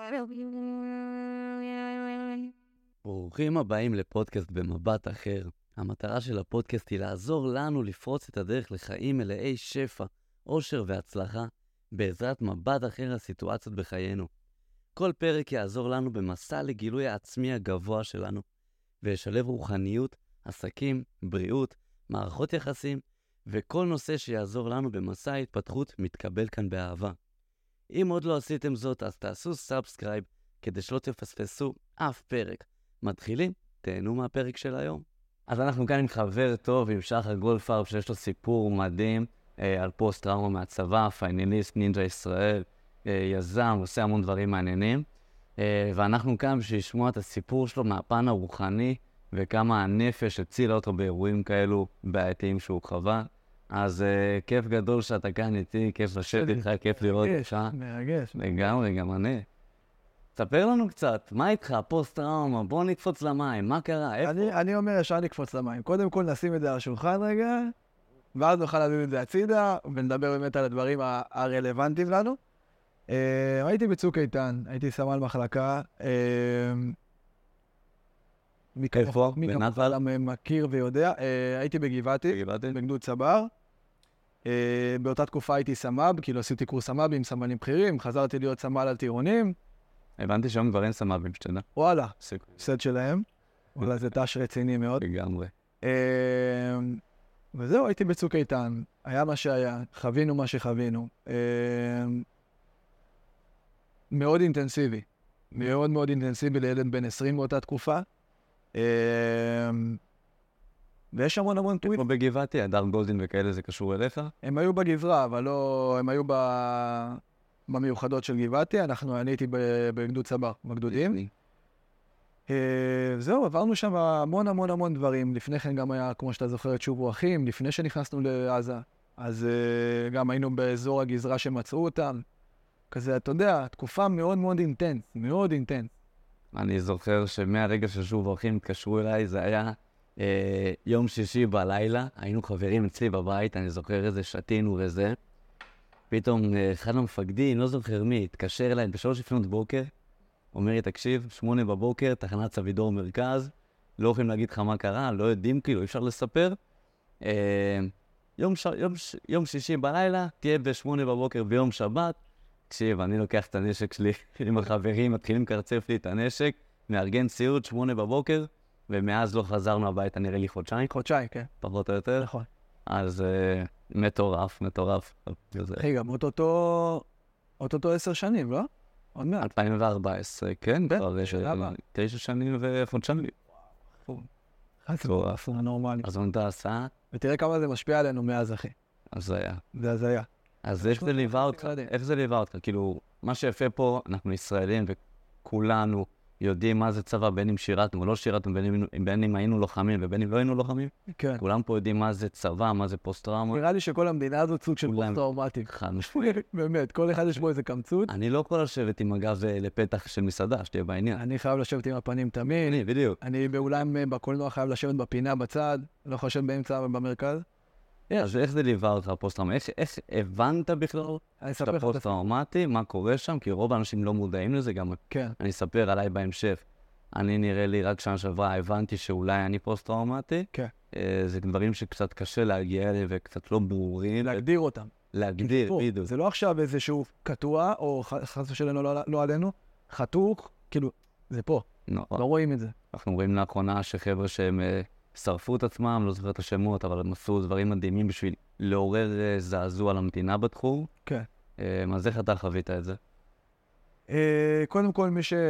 ברוכים הבאים לפודקאסט במבט אחר. המטרה של הפודקאסט היא לעזור לנו לפרוץ את הדרך לחיים מלאי שפע, אושר והצלחה, בעזרת מבט אחר לסיטואציות בחיינו. כל פרק יעזור לנו במסע לגילוי העצמי הגבוה שלנו, וישלב רוחניות, עסקים, בריאות, מערכות יחסים, וכל נושא שיעזור לנו במסע ההתפתחות מתקבל כאן באהבה. אם עוד לא עשיתם זאת, אז תעשו סאבסקרייב, כדי שלא תפספסו אף פרק. מתחילים? תהנו מהפרק של היום. אז אנחנו כאן עם חבר טוב, עם שחר גולדפרב, שיש לו סיפור מדהים על פוסט-טראומה מהצבא, פיינליסט, נינג'ה ישראל, יזם, עושה המון דברים מעניינים. ואנחנו כאן בשביל לשמוע את הסיפור שלו מהפן הרוחני, וכמה הנפש הצילה אותו באירועים כאלו בעייתיים שהוא חווה. אז כיף גדול שאתה כאן איתי, כיף לשבת איתך, כיף לראות אותך. מרגש. לגמרי, גם אני. ספר לנו קצת, מה איתך, פוסט-טראומה, בוא נקפוץ למים, מה קרה, איפה? אני אומר ישר נקפוץ למים. קודם כל נשים את זה על השולחן רגע, ואז נוכל להביא את זה הצידה, ונדבר באמת על הדברים הרלוונטיים לנו. הייתי בצוק איתן, הייתי סמל מחלקה. איפה? בנחל? מכיר ויודע. הייתי בגבעתי, בגדוד צבר. באותה תקופה הייתי סמ"ב, כאילו עשיתי קורס סמ"ב עם סמלים בכירים, חזרתי להיות סמל על טירונים. הבנתי שם כבר אין סמ"בים שתדע. וואלה, סט שלהם. וואלה, זה תש רציני מאוד. לגמרי. וזהו, הייתי בצוק איתן. היה מה שהיה, חווינו מה שחווינו. מאוד אינטנסיבי. מאוד מאוד אינטנסיבי לילד בן 20 באותה תקופה. ויש המון המון טוויט. איפה בגבעתי? הדר גולדין וכאלה זה קשור אליך? הם היו בגזרה, אבל לא... הם היו במיוחדות של גבעתי. אני הייתי בגדוד צבר, בגדודים. זהו, עברנו שם המון המון המון דברים. לפני כן גם היה, כמו שאתה זוכר, את שובו אחים, לפני שנכנסנו לעזה. אז גם היינו באזור הגזרה שמצאו אותם. כזה, אתה יודע, תקופה מאוד מאוד אינטנס, מאוד אינטנס. אני זוכר שמהרגע ששובו אחים התקשרו אליי, זה היה יום שישי בלילה, היינו חברים אצלי בבית, אני זוכר איזה שתינו וזה. פתאום אחד המפקדים, לא זוכר מי, התקשר אליי בשלוש לפנות בוקר, אומר לי, תקשיב, 8 בבוקר, תחנת סבידור מרכז, לא יכולים להגיד לך מה קרה, לא יודעים, כאילו, אי אפשר לספר. יום שישי בלילה, תהיה ב8 בבוקר ביום שבת. תקשיב, אני לוקח את הנשק שלי עם החברים, מתחילים לקרצף לי את הנשק, מארגן ציוד 8 בבוקר, ומאז לא חזרנו הביתה, נראה לי חודשיים. חודשיים, כן. פחות או יותר. נכון. אז מטורף. אחי, גם אוטוטו 10 שנים, לא? עוד מעט. 2014, כן, כבר 9 שנים וחודשיים. חצי נורמלי. אז הוא נתן הסעה. ותראה כמה זה משפיע עלינו מאז, אחי. אז זה היה. זה אז היה. אז איך זה ליווה אותך? איך זה ליווה אותך? כאילו, מה שיפה פה, אנחנו ישראלים וכולנו יודעים מה זה צבא, בין אם שירתנו או לא שירתנו, בין אם היינו לוחמים ובין אם לא היינו לוחמים. כן. כולם פה יודעים מה זה צבא, מה זה פוסט-טראומה. נראה לי שכל המדינה הזאת סוג של פוסט-טראומטי. באמת, כל אחד יש בו איזה קמצות. אני לא יכול לשבת עם הגב לפתח של מסעדה, שתהיה בעניין. אני חייב לשבת עם הפנים תמיד. אני, בדיוק. אני באולם בקולנוע חייב לשבת בפינה בצד, לא חושב באמצע ובמרכז. אז איך זה ליווה אותך פוסט-טראומה? איך הבנת בכלל שאתה פוסט-טראומטי? מה קורה שם? כי רוב האנשים לא מודעים לזה גם. כן. אני אספר עליי בהמשך. אני נראה לי רק שנה שעברה הבנתי שאולי אני פוסט-טראומטי. כן. זה דברים שקצת קשה להגיע אליהם וקצת לא ברורים. להגדיר אותם. להגדיר, בדיוק. זה לא עכשיו איזשהו קטוע, או חס ושלנו לא עלינו, חתוך, כאילו, זה פה. לא רואים את זה. אנחנו רואים לאחרונה שחבר'ה שהם שרפו את עצמם, לא זוכר את השמות, אבל הם עשו דברים מדהימים בשביל לעורר זעזוע למדינה בתחום. כן. אז איך אתה חווית את זה? קודם כל,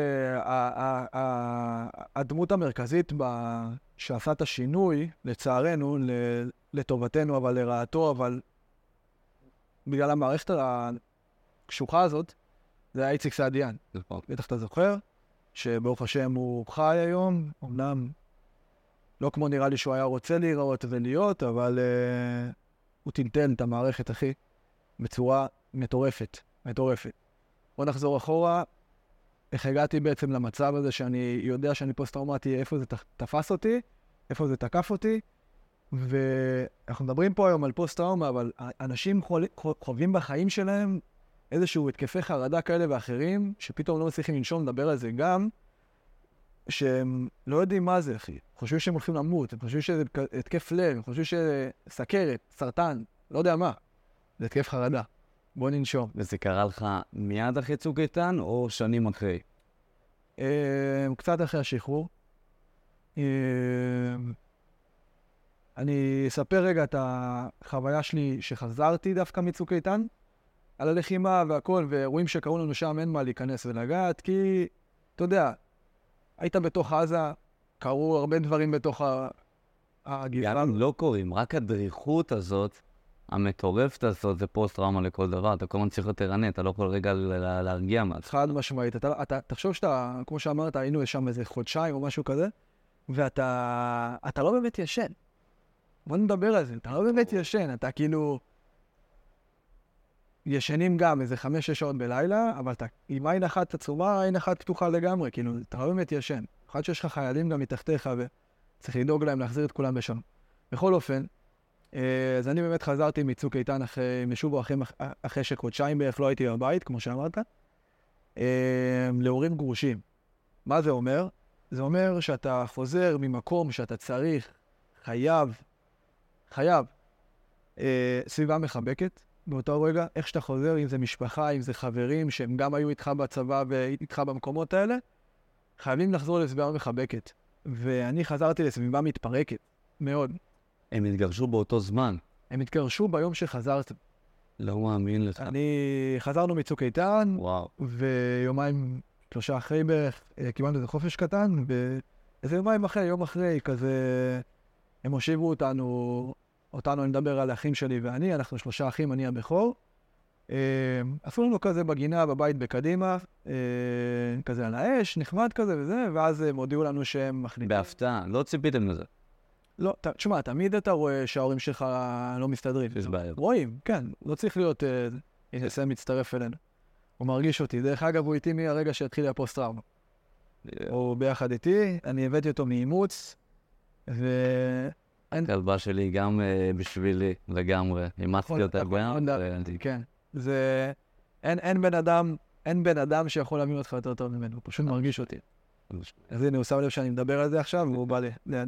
הדמות המרכזית שעשה את השינוי, לצערנו, לטובתנו, אבל לרעתו, אבל בגלל המערכת הקשוחה הזאת, זה היה איציק סעדיאן. בטח אתה זוכר, שברוך השם הוא חי היום, אומנם לא כמו נראה לי שהוא היה רוצה להיראות ולהיות, אבל הוא טלטל את המערכת, אחי, בצורה מטורפת. בוא נחזור אחורה, איך הגעתי בעצם למצב הזה שאני יודע שאני פוסט-טראומטי, איפה זה תפס אותי, איפה זה תקף אותי, ואנחנו מדברים פה היום על פוסט-טראומה, אבל אנשים חווים בחיים שלהם איזשהו התקפי חרדה כאלה ואחרים, שפתאום לא מצליחים לנשום, לדבר על זה גם, שהם לא יודעים מה זה, אחי. חושבים שהם הולכים למות, הם חושבים שזה התקף לב, הם חושבים שזה סכרת, סרטן, לא יודע מה. זה התקף חרדה. בוא ננשום. וזה קרה לך מיד אחרי צוק איתן, או שנים אחרי? קצת אחרי השחרור. אני אספר רגע את החוויה שלי שחזרתי דווקא מצוק איתן, על הלחימה והכל, ואירועים שקראו לנו שם אין מה להיכנס ולגעת, כי, אתה יודע, היית בתוך עזה, קרו הרבה דברים בתוך הגזרה. גם אם לא קוראים, רק הדריכות הזאת, המטורפת הזאת, זה פוסט-טראומה לכל דבר. אתה כל הזמן צריך יותר ענה, אתה לא יכול רגע להרגיע מה. חד משמעית. אתה תחשוב שאתה, כמו שאמרת, היינו שם איזה חודשיים או משהו כזה, ואתה לא באמת ישן. בוא נדבר על זה, אתה לא באמת ישן, אתה כאילו... ישנים גם איזה 5-6 שעות בלילה, אבל אתה עם עין אחת עצומה, עין אחת פתוחה לגמרי, כאילו, אתה לא באמת ישן. אחד שיש לך חיילים גם מתחתיך, וצריך לדאוג להם להחזיר את כולם בשם. בכל אופן, אז אני באמת חזרתי מצוק איתן משובו אחרי שחודשיים בערך לא הייתי בבית, כמו שאמרת, להורים גרושים. מה זה אומר? זה אומר שאתה חוזר ממקום שאתה צריך, חייב, סביבה מחבקת, באותו רגע, איך שאתה חוזר, אם זה משפחה, אם זה חברים, שהם גם היו איתך בצבא ואיתך במקומות האלה, חייבים לחזור לסביבה מחבקת. ואני חזרתי לסביבה מתפרקת, מאוד. הם התגרשו באותו זמן. הם התגרשו ביום שחזרת. לא מאמין לך. חזרנו מצוק איתן, וואו. ויומיים, 3 אחרי בערך, קיבלנו איזה חופש קטן, ואיזה יומיים אחרי, יום אחרי, כזה, הם הושיבו אותנו, אני מדבר על האחים שלי ואני, אנחנו 3 אחים, אני הבכור. עשו לנו כזה בגינה, בבית בקדימה, כזה על האש, נחמד כזה וזה, ואז הם הודיעו לנו שהם מחליטים. בהפתעה, לא ציפיתם לזה. לא, תשמע, תמיד אתה רואה שההורים שלך לא מסתדרים. יש בעיה. רואים, כן, לא צריך להיות, הנה, סם מצטרף אלינו. הוא מרגיש אותי. דרך אגב, הוא איתי מהרגע שהתחיל הפוסט-טראומה. הוא ביחד איתי, אני הבאתי אותו מאימוץ, הכלבה שלי גם בשבילי לגמרי, אימצתי אותה גם. כן, זה... אין בן אדם שיכול להבין אותך יותר טוב ממנו, הוא פשוט מרגיש אותי. אז הנה, הוא שם לב שאני מדבר על זה עכשיו, והוא בא לידי.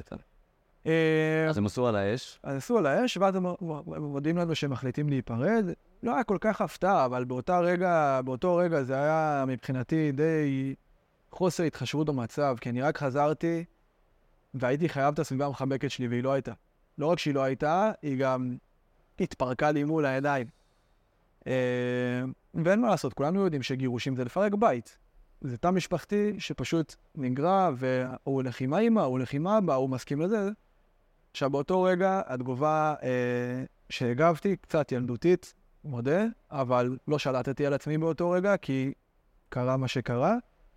אז הם עשו על האש? אז עשו על האש, ואז הם מודיעים לנו שהם מחליטים להיפרד. לא היה כל כך הפתעה, אבל באותו רגע זה היה מבחינתי די חוסר התחשבות במצב, כי אני רק חזרתי, והייתי חייב את הסביבה המחבקת שלי, והיא לא הייתה. לא רק שהיא לא הייתה, היא גם התפרקה לי מול הידיים. ואין מה לעשות, כולנו יודעים שגירושים זה לפרק בית. זה תא משפחתי שפשוט נגרע, והוא הולך עם האמא, הוא הולך עם אבא, הוא מסכים לזה. עכשיו, באותו רגע, התגובה שהגבתי, קצת ילדותית, מודה, אבל לא שלטתי על עצמי באותו רגע, כי קרה מה שקרה.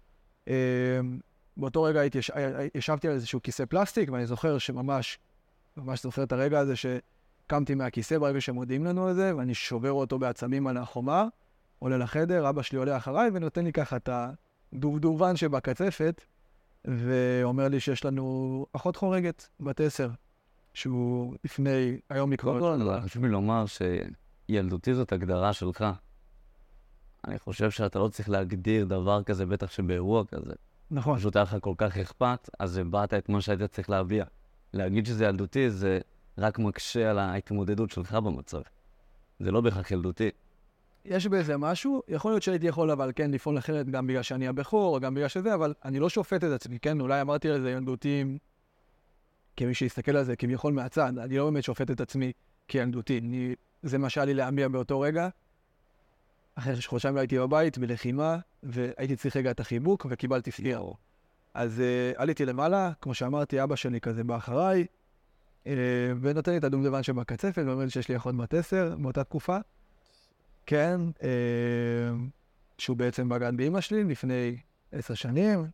באותו רגע ישבתי על איזשהו כיסא פלסטיק, ואני זוכר ממש זוכר את הרגע הזה שקמתי מהכיסא ברגע שמודיעים לנו על זה, ואני שובר אותו בעצמים על החומה, עולה לחדר, אבא שלי עולה אחריי, ונותן לי ככה את הדובדובן שבקצפת, ואומר לי שיש לנו אחות חורגת, בת 10, שהוא לפני, היום לקרוא. חשוב לי לומר שילדותי זאת הגדרה שלך. אני חושב שאתה לא צריך להגדיר דבר כזה, בטח שבאירוע כזה. נכון. פשוט היה לך כל כך אכפת, אז הבאת את מה שהיית צריך להביע. להגיד שזה ילדותי, זה רק מקשה על ההתמודדות שלך במצב. זה לא בהכרח ילדותי. יש בזה משהו, יכול להיות שהייתי יכול אבל כן לפעול אחרת גם בגלל שאני הבכור, או גם בגלל שזה, אבל אני לא שופט את עצמי, כן? אולי אמרתי על זה ילדותי, כמי שיסתכל על זה כביכול מהצד, אני לא באמת שופט את עצמי כילדותי. זה מה שהיה לי להביע באותו רגע. אחרי שחודשיים הייתי בבית, בלחימה, והייתי צריך רגע את החיבוק, וקיבלתי סגירה. אז עליתי למעלה, כמו שאמרתי, אבא שלי כזה בא אחריי, ונותן לי את הדובדבן שבקצפת, ואומר לי שיש לי אחות בת 10 באותה תקופה. כן, שהוא בעצם בגד באמא שלי לפני 10 שנים.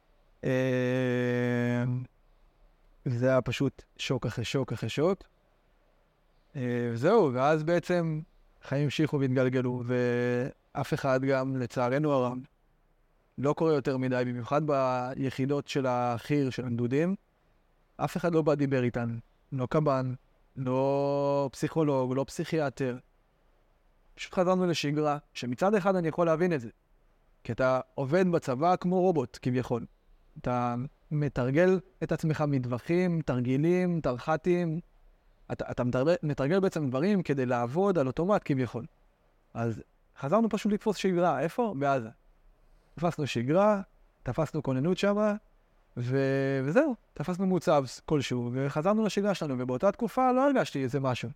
וזה היה פשוט שוק אחרי שוק אחרי שוק. וזהו, ואז בעצם חיים המשיכו והתגלגלו, ואף אחד גם, לצערנו הרב, לא קורה יותר מדי, במיוחד ביחידות של החי"ר, של הגדודים. אף אחד לא בא דיבר איתן, לא קב"ן, לא פסיכולוג, לא פסיכיאטר. פשוט חזרנו לשגרה, שמצד אחד אני יכול להבין את זה. כי אתה עובד בצבא כמו רובוט, כביכול. אתה מתרגל את עצמך מדווחים, תרגילים, תרחטים. אתה מתרגל בעצם דברים כדי לעבוד על אוטומט, כביכול. אז חזרנו פשוט לתפוס שגרה. איפה? בעזה. תפסנו שגרה, תפסנו כוננות שמה, וזהו. תפסנו מוצב כלשהו, וחזרנו לשגרה שלנו, ובאותה תקופה לא הרגשתי איזה משהו.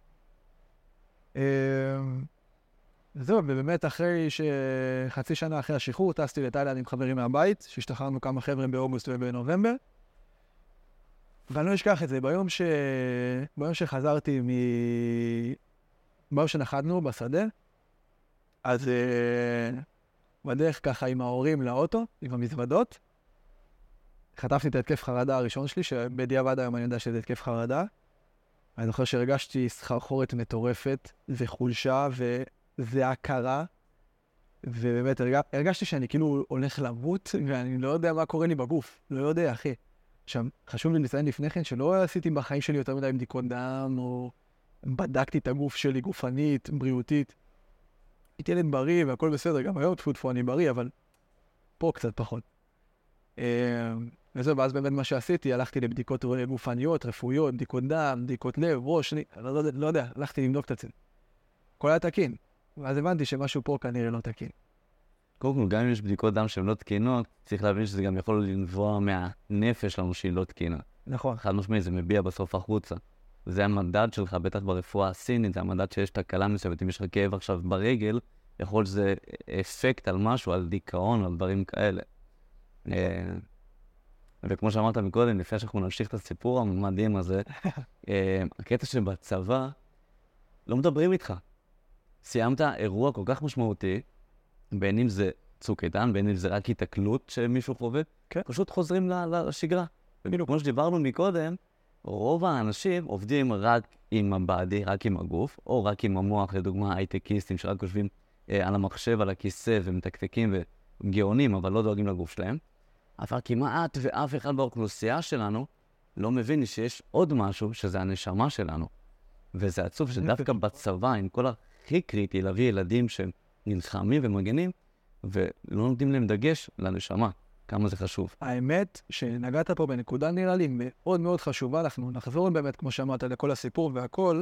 זהו, ובאמת אחרי חצי שנה אחרי השחרור, טסתי לתאילנד עם חברים מהבית, שהשתחררנו כמה חבר'ה באוגוסט ובנובמבר, ואני לא אשכח את זה, ביום שחזרתי ביום שנחתנו בשדה, אז בדרך ככה עם ההורים לאוטו, עם המזוודות, חטפתי את ההתקף חרדה הראשון שלי, שבדיעבד היום אני יודע שזה התקף חרדה. אני זוכר שהרגשתי סחרחורת מטורפת, וחולשה, וזה הכרה, ובאמת הרגשתי שאני כאילו הולך למות, ואני לא יודע מה קורה לי בגוף, לא יודע, אחי. עכשיו, חשוב לי לציין לפני כן שלא עשיתי בחיים שלי יותר מדי בדיקות דם, או בדקתי את הגוף שלי גופנית, בריאותית. הייתי ילד בריא והכל בסדר, גם היום טפו אני בריא, אבל פה קצת פחות. וזהו, ואז באמת מה שעשיתי, הלכתי לבדיקות גופניות, רפואיות, בדיקות דם, בדיקות לב, ראש, לא יודע, הלכתי לבדוק את עצמי. הכל היה תקין, ואז הבנתי שמשהו פה כנראה לא תקין. קודם כל, גם אם יש בדיקות דם שהן לא תקינות, צריך להבין שזה גם יכול לנבוע מהנפש שלנו שהיא לא תקינה. נכון. חד משמעית, זה מביע בסוף החוצה. זה המדד שלך, בטח ברפואה הסינית, זה המדד שיש תקלה מסוימת, אם יש לך כאב עכשיו ברגל, יכול שזה אפקט על משהו, על דיכאון, על דברים כאלה. וכמו שאמרת מקודם, לפני שאנחנו נמשיך את הסיפור המדהים הזה, הקטע שבצבא, לא מדברים איתך. סיימת אירוע כל כך משמעותי, בין אם זה צוק איתן, בין אם זה רק התקלות שמישהו חווה, פשוט חוזרים לשגרה. כמו שדיברנו מקודם, רוב האנשים עובדים רק עם הבאדי, רק עם הגוף, או רק עם המוח, לדוגמה הייטקיסטים שרק יושבים על המחשב, על הכיסא ומתקתקים וגאונים, אבל לא דואגים לגוף שלהם. אבל כמעט ואף אחד באוכלוסייה שלנו לא מבין שיש עוד משהו שזה הנשמה שלנו. וזה עצוב שדווקא בצבא, עם כל הכי קריטי להביא ילדים שהם נלחמים ומגנים, ולא נותנים להם דגש לנשמה. כמה זה חשוב. האמת שנגעת פה בנקודה נראה לי מאוד מאוד חשובה, אנחנו נחזור באמת, כמו שאמרת, לכל הסיפור והכל.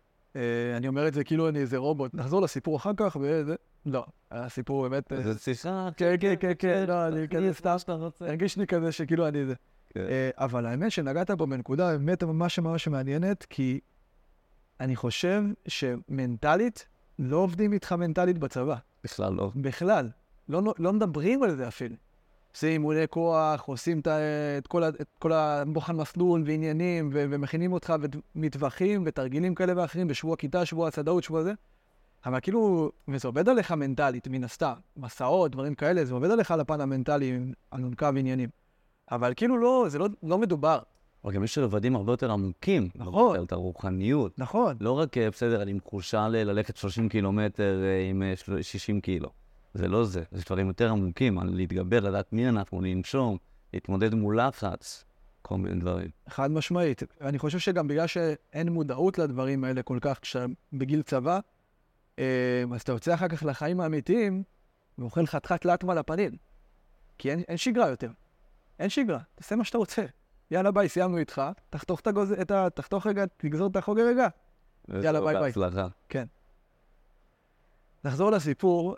אני אומר את זה כאילו אני איזה רובוט, נחזור לסיפור אחר כך וזה, לא, הסיפור באמת... זה שיחה. כן, לא, אני כזה סתם, הרגיש לי כזה שכאילו אני זה. אבל האמת שנגעת פה בנקודה באמת ממש ממש מעניינת, כי אני חושב שמנטלית, לא עובדים איתך מנטלית בצבא. בכלל לא. בכלל. לא מדברים על זה אפילו. עושים אימוני כוח, עושים את כל הבוחן מסלול ועניינים, ומכינים אותך ומטווחים ותרגילים כאלה ואחרים בשבוע כיתה, שבוע הצדאות, שבוע זה. אבל כאילו, וזה עובד עליך מנטלית, מן הסתם. מסעות, דברים כאלה, זה עובד עליך על הפן המנטלי, על נונקה ועניינים. אבל כאילו לא, זה לא מדובר. אבל גם יש רבדים הרבה יותר עמוקים. נכון. את הרוחניות. נכון. לא רק בסדר, אני מחושה ללכת 30 קילומטר עם 60 קילו. זה לא זה. זה דברים יותר עמוקים, על להתגבר, לדעת מי אנחנו, לנשום, להתמודד מול לחץ, כל מיני דברים. חד משמעית. אני חושב שגם בגלל שאין מודעות לדברים האלה כל כך, כשבגיל צבא, אז אתה יוצא אחר כך לחיים האמיתיים, ואוכל חתיכת לטמה לפנים. כי אין שגרה יותר. אין שגרה. תעשה מה שאתה רוצה. יאללה ביי, סיימנו איתך, תחתוך רגע, תגזור את החוגר רגע. יאללה ביי ביי. בהצלחה. כן. נחזור לסיפור,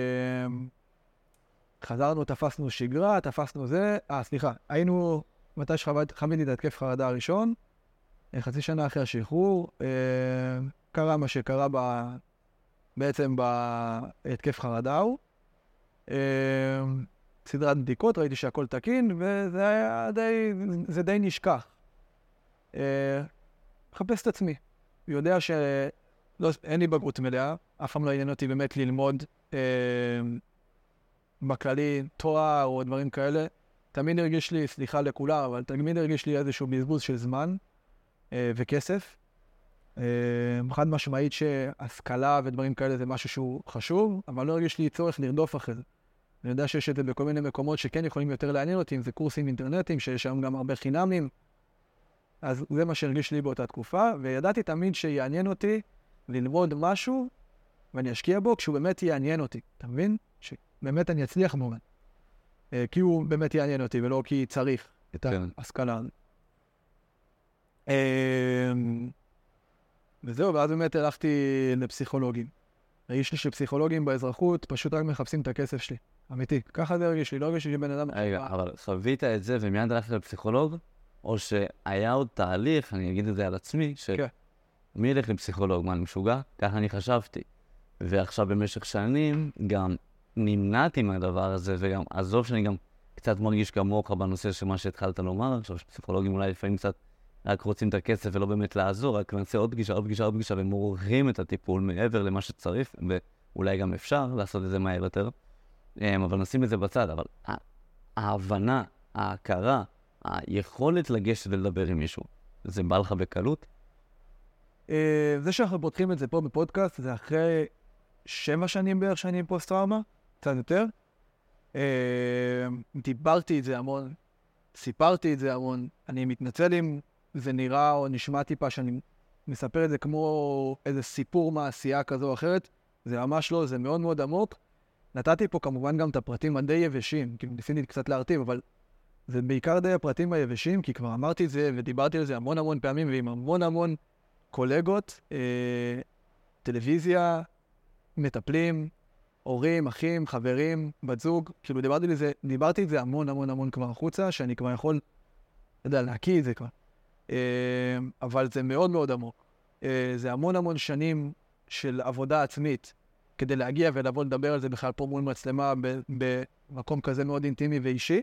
חזרנו, תפסנו שגרה, תפסנו זה, סליחה, היינו, מתי שחוויתי את התקף חרדה הראשון, חצי שנה אחרי השחרור, קרה מה שקרה בעצם בהתקף חרדה הוא, סדרת בדיקות, ראיתי שהכל תקין, וזה היה די נשכח. מחפש את עצמי, יודע אין לי בגרות מלאה, אף פעם לא עניין אותי באמת ללמוד בכללי תואר או דברים כאלה. תמיד הרגיש לי, סליחה לכולם, אבל תמיד הרגיש לי איזשהו בזבוז של זמן וכסף. חד משמעית שהשכלה ודברים כאלה זה משהו שהוא חשוב, אבל לא הרגיש לי צורך לרדוף אחרי זה. אני יודע שיש את זה בכל מיני מקומות שכן יכולים יותר לעניין אותי, אם זה קורסים אינטרנטיים, שיש שם גם הרבה חינמים. אז זה מה שהרגיש לי באותה תקופה, וידעתי תמיד שיעניין אותי ללמוד משהו ואני אשקיע בו כשהוא באמת יעניין אותי, אתה מבין? שבאמת אני אצליח מאוד. כי הוא באמת יעניין אותי, ולא כי צריך את ההשכלה הזאת. וזהו, ואז באמת הלכתי לפסיכולוגים. הרגיש לי שפסיכולוגים באזרחות פשוט רק מחפשים את הכסף שלי. אמיתי. ככה זה הרגיש לי, לא הרגיש לי שבן אדם... רגע, אבל חווית את זה ומיד הלכת לפסיכולוג? או שהיה עוד תהליך, אני אגיד את זה על עצמי, מי ילך לפסיכולוג? מה, אני משוגע? ככה אני חשבתי. ועכשיו במשך שנים גם נמנעתי מהדבר הזה, וגם עזוב שאני גם קצת מרגיש כמוך בנושא של מה שהתחלת לומר, עכשיו שפסיכולוגים אולי לפעמים קצת רק רוצים את הכסף ולא באמת לעזור, רק נעשה עוד פגישה, עוד פגישה, עוד פגישה, ומורחים את הטיפול מעבר למה שצריך, ואולי גם אפשר לעשות את זה מהר יותר, אבל נשים את זה בצד. אבל ההבנה, ההכרה, היכולת לגשת ולדבר עם מישהו, זה בא לך בקלות? זה שאנחנו פותחים את זה פה בפודקאסט, זה אחרי 7 שנים בערך שאני עם פוסט-טראומה, קצת יותר. דיברתי את זה המון, סיפרתי את זה המון. אני מתנצל אם זה נראה או נשמע טיפה שאני מספר את זה כמו איזה סיפור מעשייה כזו או אחרת. זה ממש לא, זה מאוד מאוד עמוק. נתתי פה כמובן גם את הפרטים הדי יבשים, כי ניסיתי קצת להרטיב, אבל זה בעיקר די הפרטים היבשים, כי כבר אמרתי את זה ודיברתי על זה המון המון פעמים, ועם המון המון קולגות, טלוויזיה, מטפלים, הורים, אחים, חברים, בת זוג, כאילו דיברתי את זה המון המון המון כבר החוצה, שאני כבר יכול, להקיא את זה כבר. אבל זה מאוד מאוד עמוק. זה המון המון שנים של עבודה עצמית, כדי להגיע ולבוא לדבר על זה בכלל פה מול מצלמה, במקום כזה מאוד אינטימי ואישי.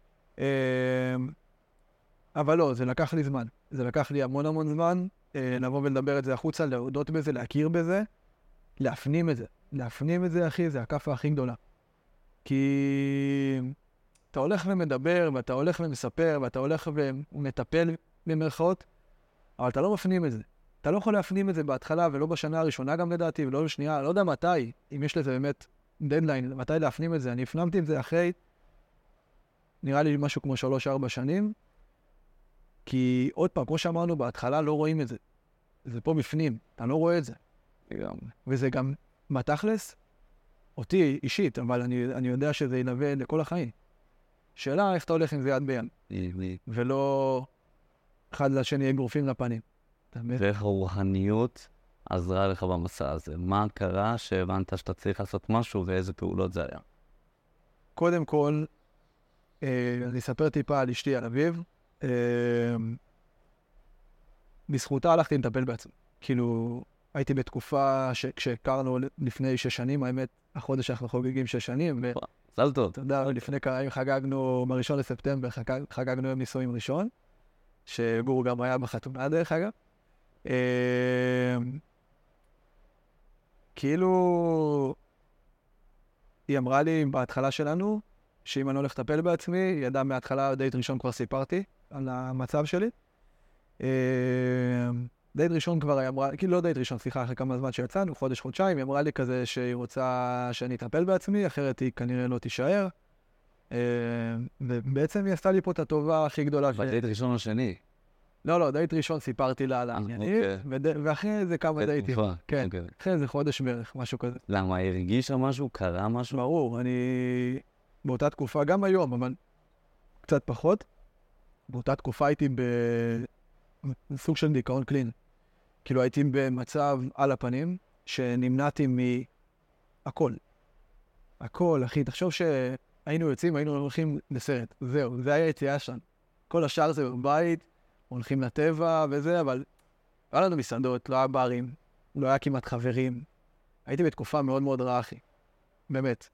אבל לא, זה לקח לי זמן. זה לקח לי המון המון זמן, לבוא ולדבר את זה החוצה, להודות בזה, להכיר בזה, להפנים את זה. להפנים את זה, אחי, זה הכפה הכי גדולה. כי אתה הולך ומדבר, ואתה הולך ומספר, ואתה הולך ומטפל במרכאות, אבל אתה לא מפנים את זה. אתה לא יכול להפנים את זה בהתחלה, ולא בשנה הראשונה גם לדעתי, ולא בשנייה, לא יודע מתי, אם יש לזה באמת דדליין, מתי להפנים את זה. אני הפנמתי את זה אחרי, נראה לי משהו כמו 3-4 שנים, כי עוד פעם, כמו שאמרנו בהתחלה, לא רואים את זה. זה פה בפנים, אתה לא רואה את זה. וזה גם מתכלס, אותי אישית, אבל אני יודע שזה ילווה לכל החיים. שאלה, איך אתה הולך עם זה יד ביד? ולא אחד לשני אגרופים לפנים. ואיך הרוחניות עזרה לך במסע הזה? מה קרה שהבנת שאתה צריך לעשות משהו ואיזה פעולות זה היה? קודם כל, אני אספר טיפה על אשתי, על אביב. בזכותה הלכתי לטפל בעצמי. כאילו, הייתי בתקופה כשהכרנו לפני 6 שנים, האמת, החודש אנחנו חוגגים 6 שנים. סל טוב. אתה יודע, לפני כמה ימים חגגנו, ב1 לספטמבר, חגגנו יום נישואים ראשון, שגור גם היה בחתונה דרך אגב. כאילו, היא אמרה לי בהתחלה שלנו, שאם אני הולך לטפל בעצמי, היא ידעה מההתחלה, דייט ראשון כבר סיפרתי על המצב שלי. דייט ראשון כבר היא אמרה, כאילו לא דייט ראשון, סליחה, אחרי כמה זמן שיצאנו, חודש-חודשיים, היא אמרה לי כזה שהיא רוצה שאני אטפל בעצמי, אחרת היא כנראה לא תישאר. ובעצם היא עשתה לי פה את הטובה הכי גדולה. בדייט ראשון או שני? לא, דייט ראשון סיפרתי לה על העניינים, ואחרי זה כמה דייטים. כן, אחרי זה חודש בערך, משהו כזה. למה, היא הרגישה משהו? קרה משהו? ברור, אני באותה תקופה, גם היום, אבל קצת פחות, באותה תקופה הייתי בסוג של דיכאון קלין. כאילו הייתי במצב על הפנים, שנמנעתי מהכל. הכל, אחי, תחשוב שהיינו יוצאים, היינו הולכים לסרט. זהו, זה היה יציאה שם. כל השאר זה בבית, הולכים לטבע וזה, אבל לא היה לנו מסעדות, לא היה ברים, לא היה כמעט חברים. הייתי בתקופה מאוד מאוד רעה, אחי. באמת.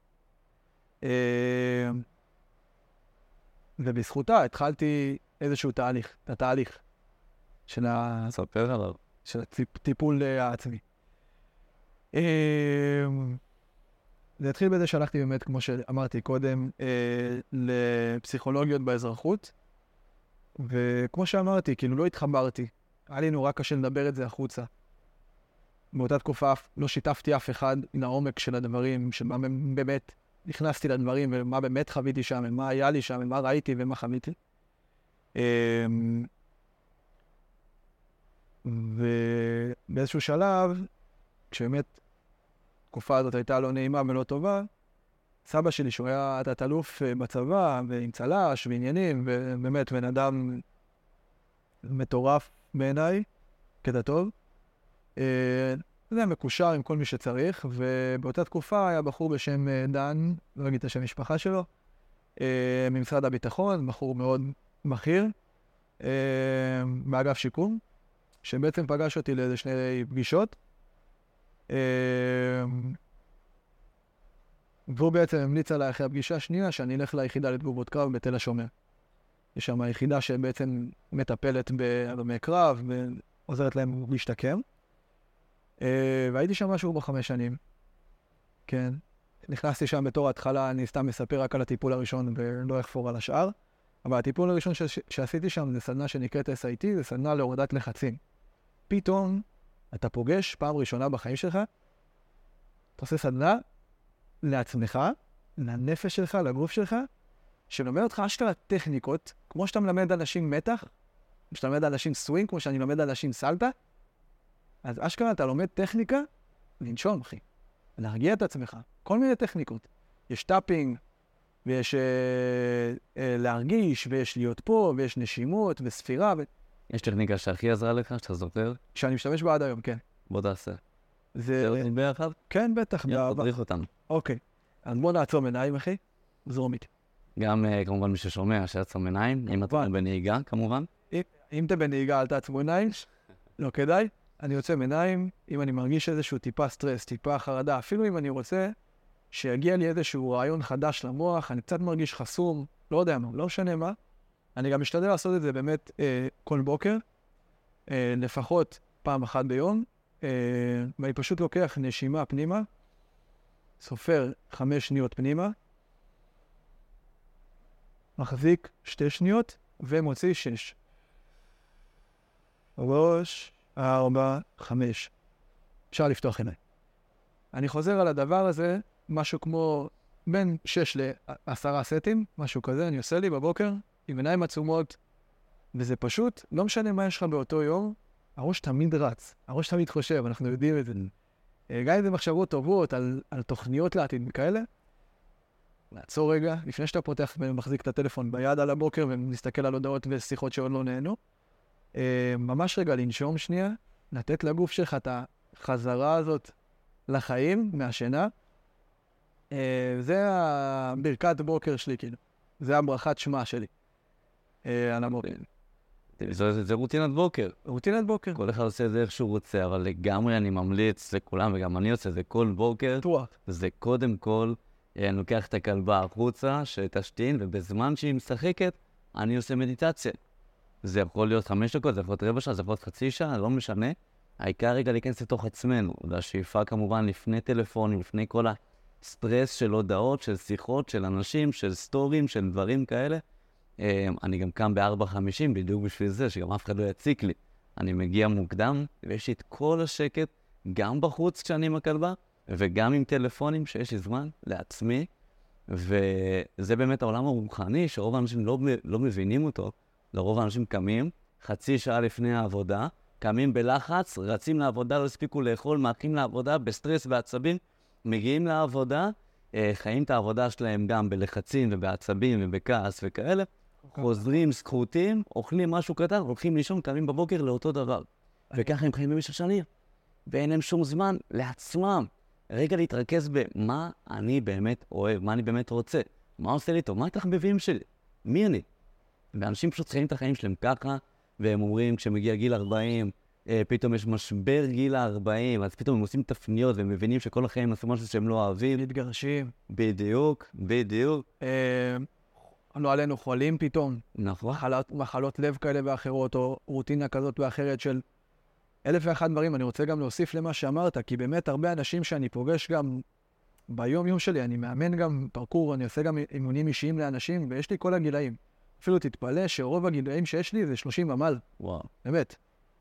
ובזכותה התחלתי איזשהו תהליך, את התהליך של ספר עליו. של הטיפול העצמי. זה התחיל בזה שהלכתי באמת, כמו שאמרתי קודם, לפסיכולוגיות באזרחות, וכמו שאמרתי, כאילו לא התחברתי. היה לי נורא קשה לדבר את זה החוצה. באותה תקופה לא שיתפתי אף אחד לעומק של הדברים, שמה באמת נכנסתי לדברים, ומה באמת חוויתי שם, ומה היה לי שם, ומה ראיתי ומה חוויתי. ובאיזשהו שלב, כשבאמת התקופה הזאת הייתה לא נעימה ולא טובה, סבא שלי, שהוא היה תת-אלוף בצבא, ועם צל"ש ועניינים, ובאמת בן אדם מטורף בעיניי, קטע טוב. זה מקושר עם כל מי שצריך, ובאותה תקופה היה בחור בשם דן, לא אגיד את השם המשפחה שלו, ממשרד הביטחון, בחור מאוד בכיר, באגף שיקום, שבעצם פגש אותי לאיזה 2 פגישות, והוא בעצם המליץ עליי אחרי הפגישה השנייה שאני אלך ליחידה לתגובות קרב בתל השומר. יש שם יחידה שבעצם מטפלת בהלומי קרב ועוזרת להם להשתקם. והייתי שם משהו 5 שנים. כן. נכנסתי שם בתור ההתחלה, אני סתם מספר רק על הטיפול הראשון ולא אחפור על השאר. אבל הטיפול הראשון שעשיתי שם זה סדנה שנקראת SIT, זה סדנה להורדת לחצים. פתאום אתה פוגש פעם ראשונה בחיים שלך, אתה עושה סדנה לעצמך, לנפש שלך, לגוף שלך, שמלמד אותך אשכרה טכניקות, כמו שאתה מלמד אנשים מתח, כמו שאתה מלמד אנשים סווינג, כמו שאני מלמד אנשים סלטה, אז אשכרה אתה לומד טכניקה, לנשום, אחי. להרגיע את עצמך. כל מיני טכניקות. יש טאפינג, ויש להרגיש, ויש להיות פה, ויש נשימות, וספירה. יש טכניקה שהכי עזרה לך, שאתה זוכר? שאני משתמש בה עד היום, כן. בוא תעשה. זה... עושים ביחד? כן, בטח. יאללה, תדריך אותנו. אוקיי. אז בוא נעצום עיניים, אחי. זרומית. גם כמובן מי ששומע, שיעצום עיניים. אם אתה בנהיגה, כמובן. אם אתה בנהיגה, אל תעצמו עיניים. לא כדאי. אני יוצא עיניים, אם אני מרגיש איזשהו טיפה סטרס, טיפה חרדה, אפילו אם אני רוצה שיגיע לי איזשהו רעיון חדש למוח, אני קצת מרגיש חסום, לא יודע מה, לא משנה מה. אני גם משתדל לעשות את זה באמת כל בוקר, לפחות פעם אחת ביום, ואני פשוט לוקח נשימה פנימה, סופר 5 שניות פנימה, מחזיק 2 שניות ומוציא 6. 3, 4, 5. אפשר לפתוח עיניים. אני חוזר על הדבר הזה, משהו כמו בין 6 ל10 סטים, משהו כזה, אני עושה לי בבוקר, עם עיניים עצומות, וזה פשוט, לא משנה מה יש לך באותו יום, הראש תמיד רץ, הראש תמיד חושב, אנחנו יודעים את זה. גם אם זה מחשבות טובות על תוכניות לעתיד וכאלה, לעצור רגע, לפני שאתה פותח ומחזיק את הטלפון ביד על הבוקר, ומסתכל על הודעות ושיחות שעוד לא נהנו, ממש רגע לנשום שנייה, לתת לגוף שלך את החזרה הזאת לחיים מהשינה. זה הברכת בוקר שלי, כאילו. זה הברכת שמה שלי. על הבוקר. זה רוטינת בוקר. רוטינת בוקר. כל אחד עושה את זה איך שהוא רוצה, אבל לגמרי אני ממליץ לכולם, וגם אני עושה את זה כל בוקר. זה קודם כל, אני לוקח את הכלבה החוצה, שתשתין, ובזמן שהיא משחקת, אני עושה מדיטציה. זה יכול להיות 5 דקות, זה יכול להיות רבע שעה, זה יכול להיות חצי שעה, לא משנה. העיקר רגע להיכנס לתוך עצמנו. והשאיפה כמובן לפני טלפונים, לפני כל הסטרס של הודעות, של שיחות, של אנשים, של סטורים, של דברים כאלה. אני גם קם ב-4:50 בדיוק בשביל זה, שגם אף אחד לא יציק לי. אני מגיע מוקדם, ויש לי את כל השקט, גם בחוץ כשאני עם הכלבה, וגם עם טלפונים שיש לי זמן לעצמי. וזה באמת העולם הרוחני, שרוב האנשים לא מבינים אותו. לרוב האנשים קמים, חצי שעה לפני העבודה, קמים בלחץ, רצים לעבודה, לא הספיקו לאכול, מאחים לעבודה, בסטרס ועצבים, מגיעים לעבודה, חיים את העבודה שלהם גם בלחצים ובעצבים ובכעס וכאלה, חוזרים, סקרוטים, אוכלים משהו קטן, הולכים לישון, קמים בבוקר לאותו דבר. וככה הם חיים במשך שנים. ואין להם שום זמן לעצמם. רגע להתרכז במה אני באמת אוהב, מה אני באמת רוצה, מה עושה לי טוב, מה התחביבים שלי, מי אני? ואנשים פשוט חיים את החיים שלהם ככה, והם אומרים, כשמגיע גיל 40, פתאום יש משבר גיל 40, אז פתאום הם עושים תפניות, והם מבינים שכל החיים עשו משהו שהם לא אוהבים. מתגרשים. בדיוק. לא עלינו חולים פתאום. נכון. מחלות לב כאלה ואחרות, או רוטינה כזאת ואחרת של 1,001 דברים. אני רוצה גם להוסיף למה שאמרת, כי באמת הרבה אנשים שאני פוגש גם ביום שלי, אני מאמן גם פרקור, אני עושה גם אימונים אישיים לאנשים, ויש לי כל הגילאים. אפילו תתפלא שרוב הגילאים שיש לי זה 30 ומעלה. וואו. באמת.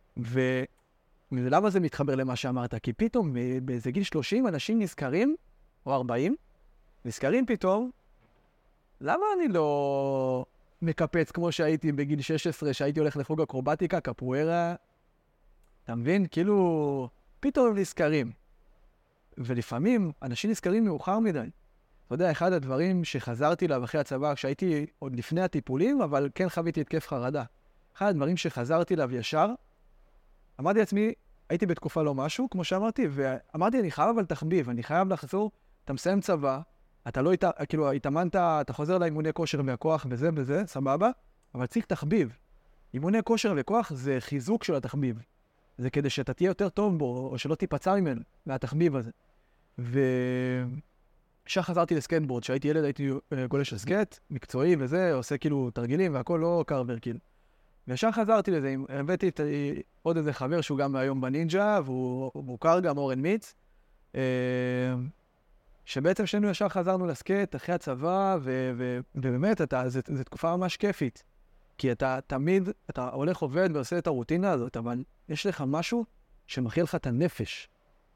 ולמה זה מתחבר למה שאמרת? כי פתאום באיזה גיל 30 אנשים נזכרים, או 40, נזכרים פתאום, למה אני לא מקפץ כמו שהייתי בגיל 16, שהייתי הולך לחוג אקרובטיקה, קפוארה, אתה מבין? כאילו, פתאום הם נזכרים. ולפעמים אנשים נזכרים מאוחר מדי. אתה יודע, אחד הדברים שחזרתי אליו אחרי הצבא, כשהייתי עוד לפני הטיפולים, אבל כן חוויתי התקף חרדה. אחד הדברים שחזרתי אליו ישר, אמרתי לעצמי, הייתי בתקופה לא משהו, כמו שאמרתי, ואמרתי, אני חייב אבל תחביב, אני חייב לחזור, אתה מסיים צבא, אתה לא, כאילו, התאמנת, אתה חוזר לאימוני כושר והכוח וזה, סבבה, אבל צריך תחביב. אימוני כושר וכוח זה חיזוק של התחביב. זה כדי שאתה תהיה יותר טוב בו, או שלא תיפצע ממנו, מהתחביב הזה. ושעה חזרתי לסקייטבורד, כשהייתי ילד הייתי גולש לסקייט, מקצועי וזה, עושה כאילו תרגילים והכל לא קרבר כאילו. ושעה חזרתי לזה, הבאתי את עוד איזה חבר שהוא גם היום בנינג'ה, והוא מוכר גם אורן מיץ, שבעצם שנינו ישר חזרנו לסקייט אחרי הצבא, ובאמת זו תקופה ממש כיפית. כי אתה תמיד, אתה הולך עובד ועושה את הרוטינה הזאת, אבל יש לך משהו שמכיל לך את הנפש,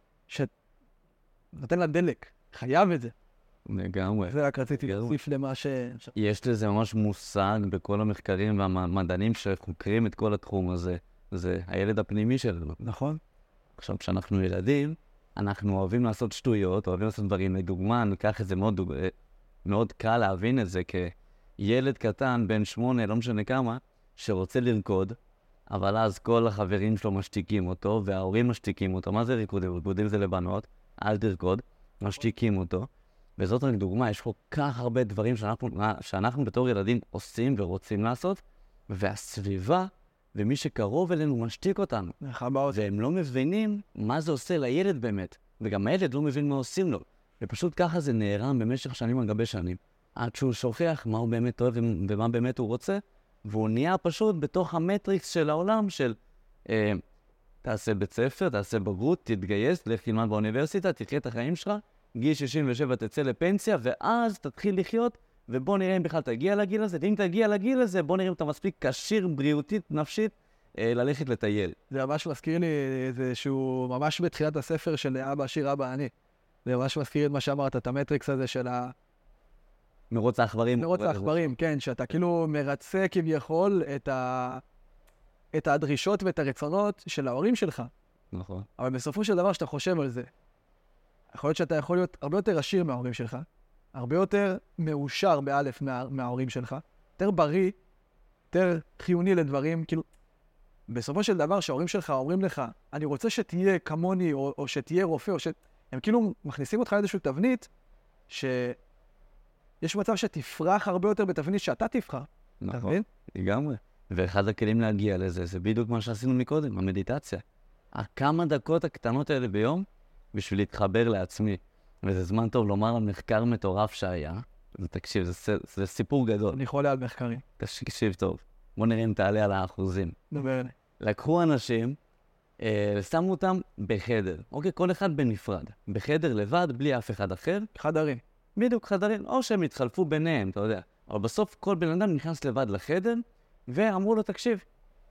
שנותן לה דלק, חייב את זה. לגמרי. זה רק רציתי להוסיף למה ש... יש לזה ממש מושג בכל המחקרים והמדענים שחוקרים את כל התחום הזה. זה הילד הפנימי שלנו. נכון. עכשיו, כשאנחנו ילדים, אנחנו אוהבים לעשות שטויות, אוהבים לעשות דברים. לדוגמה, ניקח את זה מאוד קל להבין את זה ילד קטן, בן 8, לא משנה כמה, שרוצה לרקוד, אבל אז כל החברים שלו משתיקים אותו, וההורים משתיקים אותו. מה זה ריקודים? ריקודים זה לבנות, אל תרקוד, משתיקים אותו. וזאת רק דוגמה, יש כל כך הרבה דברים שאנחנו בתור ילדים עושים ורוצים לעשות, והסביבה ומי שקרוב אלינו משתיק אותנו. והם לא מבינים מה זה עושה לילד באמת, וגם הילד לא מבין מה עושים לו. ופשוט ככה זה נערם במשך שנים על גבי שנים. עד שהוא שוכח מה הוא באמת אוהב ומה באמת הוא רוצה, והוא נהיה פשוט בתוך המטריקס של העולם של תעשה בית ספר, תעשה בגרות, תתגייס, לך תלמד באוניברסיטה, תחיה את החיים שלך, גיל 67 תצא לפנסיה, ואז תתחיל לחיות, ובוא נראה אם בכלל תגיע לגיל הזה, ואם תגיע לגיל הזה, בוא נראה אם אתה מספיק קשיר, בריאותית, נפשית, ללכת לטייל. זה ממש מזכיר לי איזה שהוא ממש בתחילת הספר של אבא עשיר, אבא עני. זה ממש מזכיר את מה שאמרת, את המטריקס הזה של מרוץ העכברים. מרוץ העכברים, כן, שאתה כאילו מרצה כביכול את הדרישות ואת הרצונות של ההורים שלך. נכון. אבל בסופו של דבר שאתה חושב על זה, יכול להיות שאתה יכול להיות הרבה יותר עשיר מההורים שלך, הרבה יותר מאושר באלף מההורים שלך, יותר בריא, יותר חיוני לדברים, כאילו, בסופו של דבר שההורים שלך אומרים לך, אני רוצה שתהיה כמוני, או שתהיה רופא, הם כאילו מכניסים אותך לאיזושהי תבנית, יש מצב שתפרח הרבה יותר בתבנית שאתה תבחר. נכון, לגמרי. ואחד הכלים להגיע לזה, זה בדיוק מה שעשינו מקודם, המדיטציה. הכמה דקות הקטנות האלה ביום, בשביל להתחבר לעצמי. וזה זמן טוב לומר על מחקר מטורף שהיה. תקשיב, זה סיפור גדול. אני חולה על מחקרים. תקשיב טוב. בוא נראה אם תעלה על האחוזים. דבר אליי. לקחו אנשים, שמו אותם בחדר. אוקיי, כל אחד בנפרד. בחדר לבד, בלי אף אחד אחר. חדרים. בדיוק חדרים, או שהם התחלפו ביניהם, אתה יודע. אבל בסוף כל בן אדם נכנס לבד לחדר, ואמרו לו, תקשיב,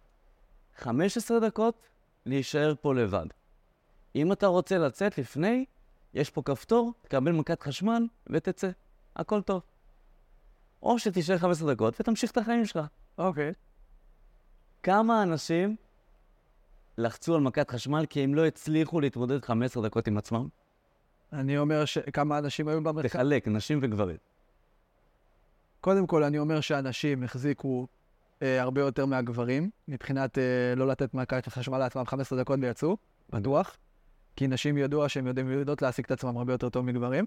15 דקות להישאר פה לבד. אם אתה רוצה לצאת לפני, יש פה כפתור, תקבל מכת חשמל ותצא. הכל טוב. או שתישאר 15 דקות ותמשיך את החיים שלך. אוקיי. כמה אנשים לחצו על מכת חשמל כי הם לא הצליחו להתמודד 15 דקות עם עצמם? אני אומר כמה אנשים היו במחקר. תחלק, נשים וגברים. קודם כל, אני אומר שאנשים החזיקו הרבה יותר מהגברים, מבחינת לא לתת מכת חשמל לעצמם 15 דקות ויצאו, בטוח. כי נשים ידוע שהן יודעות להשיג את עצמם הרבה יותר טוב מגברים.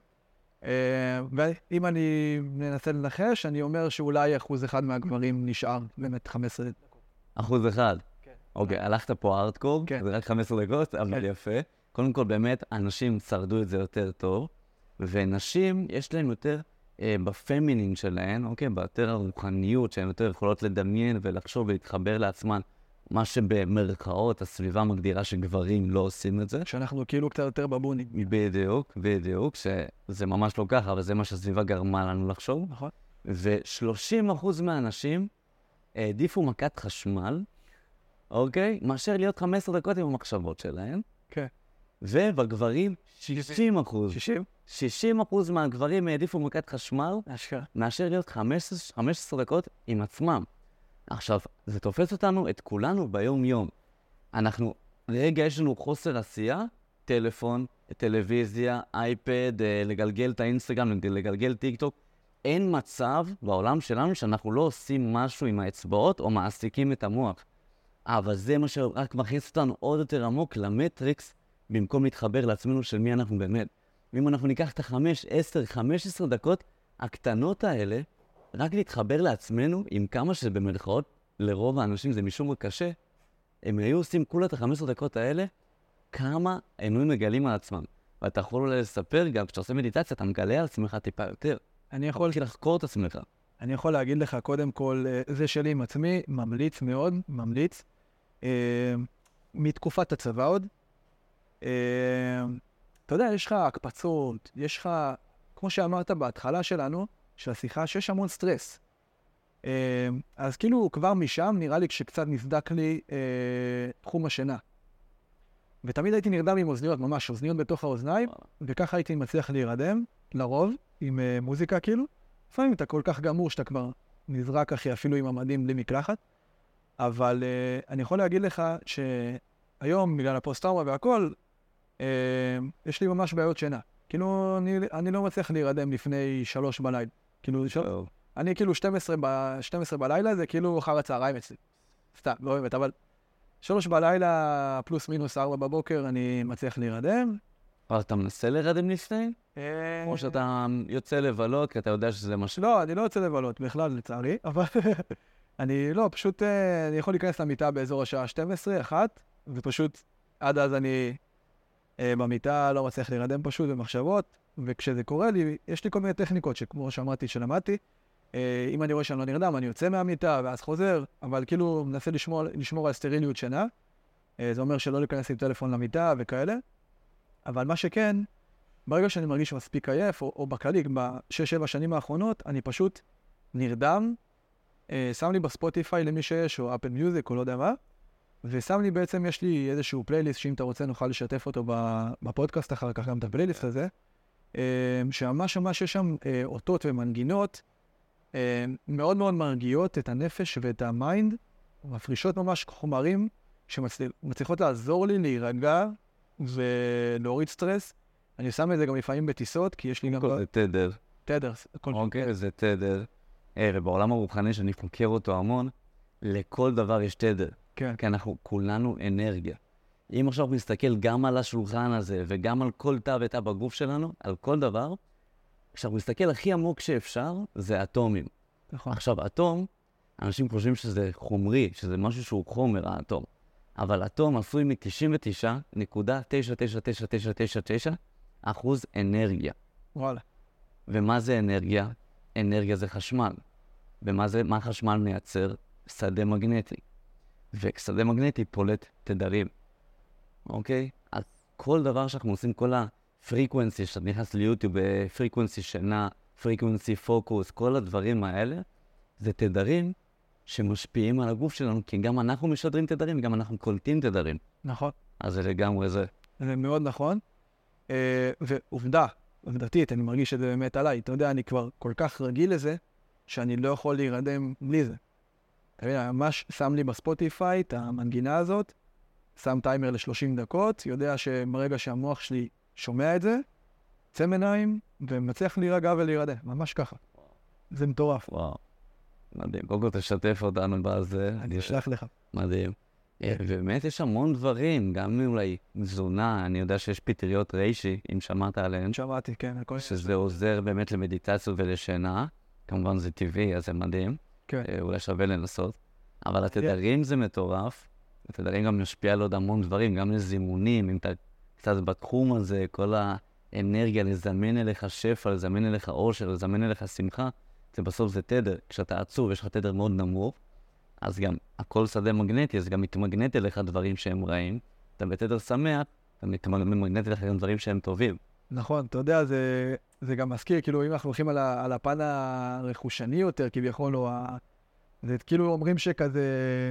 ואם אני מנסה לנחש, אני אומר שאולי 1% מהגברים נשאר באמת 15 דקות. 1%? כן. אוקיי, הלכת פה ארדקור, כן. זה רק 15 דקות, אבל כן. יפה. קודם כל, באמת, אנשים שרדו את זה יותר טוב, ונשים, יש להם יותר בפמינין שלהן, אוקיי, ביותר הרוחניות, שהן יותר יכולות לדמיין ולחשוב ולהתחבר לעצמן, מה שבמרכאות הסביבה מגדירה שגברים לא עושים את זה. שאנחנו כאילו קצת יותר בבונים. בדיוק, שזה ממש לא ככה, אבל זה מה שהסביבה גרמה לנו לחשוב. נכון. ו30% מהאנשים העדיפו מכת חשמל, אוקיי? מאשר להיות 15 דקות עם המחשבות שלהם. כן. ובגברים 60%. 60? 60% מהגברים העדיפו מכת חשמל, אשכרה. מאשר להיות 15 דקות עם עצמם. עכשיו, זה תופס אותנו, את כולנו ביום-יום. רגע יש לנו חוסר עשייה, טלפון, טלוויזיה, אייפד, לגלגל את האינסטגרם, לגלגל טיק טוק. אין מצב בעולם שלנו שאנחנו לא עושים משהו עם האצבעות או מעסיקים את המוח. אבל זה מה שרק מכניס אותנו עוד יותר עמוק למטריקס, במקום להתחבר לעצמנו של מי אנחנו באמת. ואם אנחנו ניקח את 5, 10, 15 דקות הקטנות האלה, רק להתחבר לעצמנו עם כמה שבמרכאות לרוב האנשים זה משום מה קשה, הם היו עושים כולה את ה-15 דקות האלה, כמה הם היו מגלים על עצמם. ואתה יכול אולי לספר גם, כשאתה עושה מדיטציה, אתה מגלה על עצמך טיפה יותר. אני יכול לחקור את עצמך. אני יכול להגיד לך, קודם כל, זה שלי עם עצמי, ממליץ מאוד, ממליץ. מתקופת הצבא עוד. אתה יודע, יש לך הקפצות, יש לך, כמו שאמרת בהתחלה שלנו, של השיחה, שיש המון סטרס. אז כאילו כבר משם נראה לי כשקצת נסדק לי תחום השינה. ותמיד הייתי נרדם עם אוזניות, ממש אוזניות בתוך האוזניים, וככה הייתי מצליח להירדם, לרוב, עם מוזיקה כאילו. לפעמים אתה כל כך גמור שאתה כבר נזרק אחי, אפילו עם המדים בלי מקלחת. אבל אני יכול להגיד לך שהיום, בגלל הפוסט-טראומה והכל, יש לי ממש בעיות שינה. כאילו, אני לא מצליח להירדם לפני 3 בלילה. כאילו, אני כאילו 12 בלילה, זה כאילו אחר הצהריים אצלי. סתם, לא באמת, אבל 3 בלילה פלוס מינוס 4 בבוקר אני מצליח להירדם. אבל אתה מנסה להירדם לפני? או שאתה יוצא לבלות, כי אתה יודע שזה משהו? לא, אני לא יוצא לבלות בכלל, לצערי, אבל אני לא, פשוט אני יכול להיכנס למיטה באזור השעה 12, 1, ופשוט עד אז אני במיטה לא מצליח להירדם פשוט במחשבות, וכשזה קורה לי, יש לי כל מיני טכניקות שכמו שאמרתי, שלמדתי, אם אני רואה שאני לא נרדם, אני יוצא מהמיטה ואז חוזר, אבל כאילו מנסה לשמור על סטריליות שינה, זה אומר שלא להיכנס עם טלפון למיטה וכאלה, אבל מה שכן, ברגע שאני מרגיש מספיק עייף, או בכללי, ב6-7 שנים האחרונות, אני פשוט נרדם, שם לי בספוטיפיי למי שיש, או אפל מיוזיק, או לא יודע מה, ושם לי בעצם, יש לי איזשהו פלייליסט, שאם אתה רוצה נוכל לשתף אותו בפודקאסט, אחר כך גם את הפלייליסט הזה, שממש יש שם אותות ומנגינות, מאוד מאוד מרגיעות את הנפש ואת המיינד, מפרישות ממש חומרים, שמצליחות לעזור לי להירגע, ולהוריד סטרס. אני שם את זה גם לפעמים בטיסות, כי יש לי גם... זה תדר. תדר. אוקיי, זה תדר. ובעולם הרוחני שאני חוקר אותו המון, לכל דבר יש תדר. כן. כי אנחנו כולנו אנרגיה. אם עכשיו נסתכל גם על השולחן הזה, וגם על כל תא ותא בגוף שלנו, על כל דבר, כשאנחנו נסתכל הכי עמוק שאפשר, זה אטומים. נכון. עכשיו, אטום, אנשים חושבים שזה חומרי, שזה משהו שהוא חומר, האטום. אבל אטום עשוי מ-99.99999% אנרגיה. וואלה. ומה זה אנרגיה? אנרגיה זה חשמל. מה חשמל מייצר? שדה מגנטי. ושדה מגנטי פולט תדרים. אוקיי? אז כל דבר שאנחנו עושים, כל הפריקוונסי, שאתה נכנס ליוטיוב, פריקוונסי שינה, פריקוונסי פוקוס, כל הדברים האלה, זה תדרים שמשפיעים על הגוף שלנו, כי גם אנחנו משדרים תדרים, גם אנחנו קולטים תדרים. נכון. אז זה לגמרי זה. זה מאוד נכון. עובדתית, אני מרגיש שזה באמת עליי. אתה יודע, אני כבר כל כך רגיל לזה, שאני לא יכול להירדם בלי זה. אתה יודע, ממש שם לי בספוטיפיי את המנגינה הזאת, שם טיימר ל-30 דקות, יודע שברגע שהמוח שלי שומע את זה, צא מעיניים, ומצליח להירגע ולהירדם. ממש ככה. זה מטורף. וואו. מדהים. קודם כל תשתף אותנו בזה. אני אשלח לך. מדהים. ובאמת יש המון דברים, גם אולי תזונה, אני יודע שיש פטריות ריישי, אם שמעת עליהן. שמעתי, כן. שזה עוזר באמת למדיטציות ולשינה. כמובן זה טבעי, אז זה מדהים. כן. אולי שווה לנסות. אבל התדרים זה מטורף. התדרים גם משפיע על עוד המון דברים, גם לזימונים, אם אתה קצת בתחום הזה, כל האנרגיה לזמן אליך שפע, לזמן אליך אושר, לזמן אליך שמחה, זה בסוף זה תדר. כשאתה עצוב, יש לך תדר מאוד נמוך, אז גם הכל שדה מגנטי, אז גם מתמגנט אליך דברים שהם רעים. אתה בתדר שמח, אתה מתמגנט אליך גם דברים שהם טובים. נכון, אתה יודע, זה גם מזכיר, כאילו, אם אנחנו הולכים על הפן הרכושני יותר, כביכול, זה כאילו אומרים שכזה,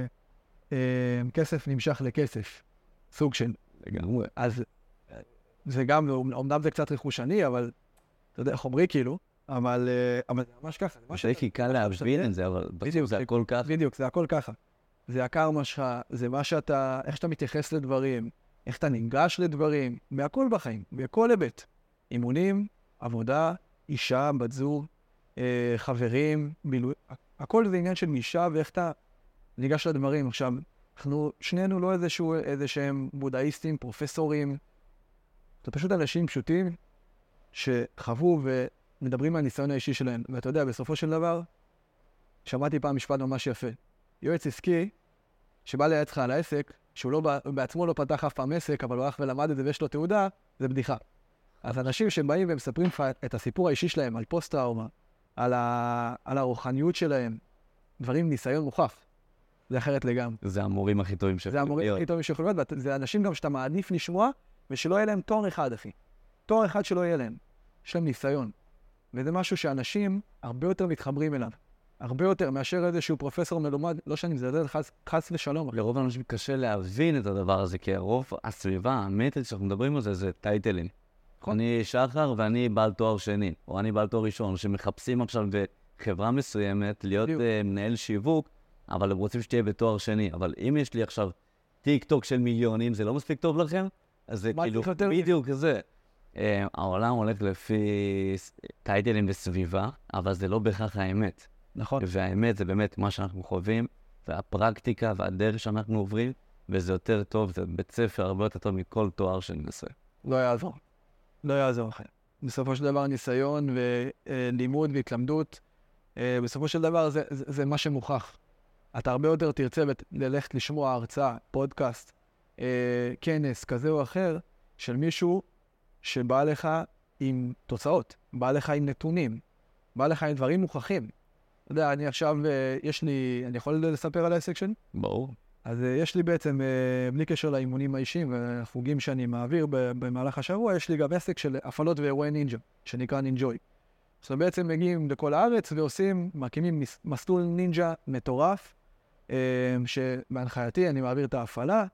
כסף נמשך לכסף, סוג של... לגמרי. אז זה גם, אומנם זה קצת רכושני, אבל, אתה יודע, חומרי כאילו, אבל זה ממש ככה. זה הכי קל להבין את זה, אבל בסוף זה הכל ככה. בדיוק, זה הכל ככה. זה הקרמה שלך, זה מה שאתה, איך שאתה מתייחס לדברים, איך אתה ניגש לדברים, בהכל בחיים, בכל היבט. אימונים, עבודה, אישה, בת זוג, חברים, הכל זה עניין של גישה ואיך אתה ניגש לדברים. עכשיו, אנחנו שנינו לא איזה שהם בודהיסטים, פרופסורים, זה פשוט אנשים פשוטים שחוו ומדברים על הניסיון האישי שלהם. ואתה יודע, בסופו של דבר, שמעתי פעם משפט ממש יפה. יועץ עסקי שבא לייעץ לך על העסק, שהוא בעצמו לא פתח אף פעם עסק, אבל הוא הלך ולמד את זה ויש לו תעודה, זה בדיחה. אז אנשים שבאים ומספרים את הסיפור האישי שלהם על פוסט-טראומה, על הרוחניות שלהם, דברים ניסיון מוכח. זה אחרת לגמרי. זה המורים הכי טובים שיכולים להיות. זה המורים הכי טובים שיכולים להיות, וזה אנשים גם שאתה מעדיף לשמוע, ושלא יהיה להם תואר אחד, אחי. תואר אחד שלא יהיה להם. יש להם ניסיון. וזה משהו שאנשים הרבה יותר מתחברים אליו. הרבה יותר מאשר איזשהו פרופסור מלומד, לא שאני מזלזל, חס ושלום. לרוב האנשים קשה להבין את הדבר הזה, כי הרוב הסביבה, המטריקס שאנחנו מדברים על זה, זה טייטלים. אני שחר ואני בעל תואר שני, או אני בעל תואר ראשון, שמחפשים עכשיו בחברה מסוימת להיות מנהל שיווק, אבל הם רוצים שתהיה בתואר שני. אבל אם יש לי עכשיו טיק טוק של מיליונים, זה לא מספיק טוב לכם? אז זה כאילו בדיוק כזה. העולם הולך לפי טייטלים וסביבה, אבל זה לא בהכרח האמת. נכון. והאמת זה באמת מה שאנחנו חווים, והפרקטיקה והדרך שאנחנו עוברים, וזה יותר טוב, זה בית ספר הרבה יותר טוב מכל תואר שננסה. לא יעזור. לא יעזור לכם. בסופו של דבר ניסיון ולימוד והתלמדות, בסופו של דבר זה מה שמוכח. אתה הרבה יותר תרצה ללכת לשמוע הרצאה, פודקאסט, כנס כזה או אחר, של מישהו שבא לך עם תוצאות, בא לך עם נתונים, בא לך עם דברים מוכחים. אתה יודע, אני עכשיו, אני יכול לספר על העסק שלי? ברור. אז יש לי בעצם, בלי קשר לאימונים האישיים והחוגים שאני מעביר במהלך השבוע, יש לי גם עסק של הפעלות ואירועי נינג'ה, שנקרא נינג'וי. אז בעצם מגיעים לכל הארץ מקימים מסלול נינג'ה מטורף, שבהנחייתי אני מעביר את ההפעלה.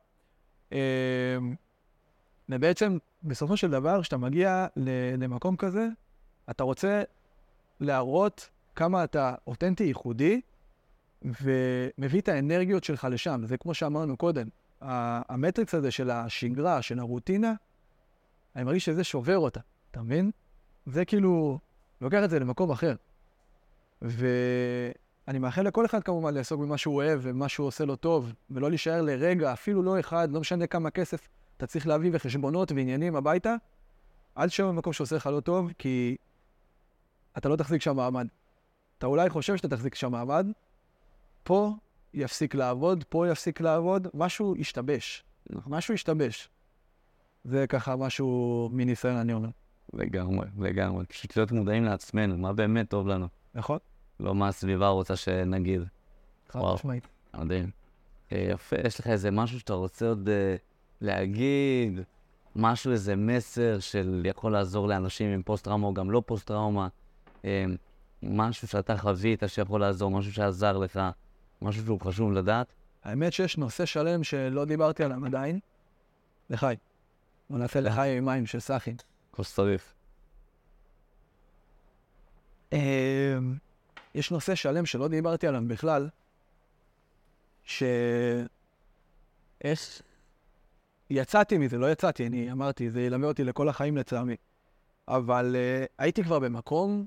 ובעצם, בסופו של דבר, כשאתה מגיע למקום כזה, אתה רוצה להראות כמה אתה אותנטי, ייחודי, ומביא את האנרגיות שלך לשם. זה כמו שאמרנו קודם, המטריקס הזה של השגרה, של הרוטינה, אני מרגיש שזה שובר אותה, אתה מבין? זה כאילו, לוקח את זה למקום אחר. ואני מאחל לכל אחד כמובן לעסוק במה שהוא אוהב ומה שהוא עושה לו טוב, ולא להישאר לרגע, אפילו לא אחד, לא משנה כמה כסף אתה צריך להביא וחשבונות ועניינים הביתה, אל תשאר במקום שעושה לך לא טוב, כי אתה לא תחזיק שם מעמד. אתה אולי חושב שאתה תחזיק שם מעמד, פה יפסיק לעבוד, משהו ישתבש. משהו ישתבש. זה ככה משהו מניסיון, אני אומר. לגמרי. פשוט להיות מודעים לעצמנו, מה באמת טוב לנו. נכון. לא מה הסביבה רוצה שנגיד. חד משמעית. מדהים. יפה, יש לך איזה משהו שאתה רוצה עוד להגיד, משהו, איזה מסר של יכול לעזור לאנשים עם פוסט-טראומה או גם לא פוסט-טראומה, משהו שאתה חווית שיכול לעזור, משהו שעזר לך, משהו שהוא חשוב לדעת? האמת שיש נושא שלם שלא דיברתי עליו עדיין. לחי. בוא נעשה לחי עם מים של סחי. כמו שצריך. יש נושא שלם שלא דיברתי עליו בכלל, יצאתי מזה, לא יצאתי, אני אמרתי, זה ילווה אותי לכל החיים לצעמי. אבל הייתי כבר במקום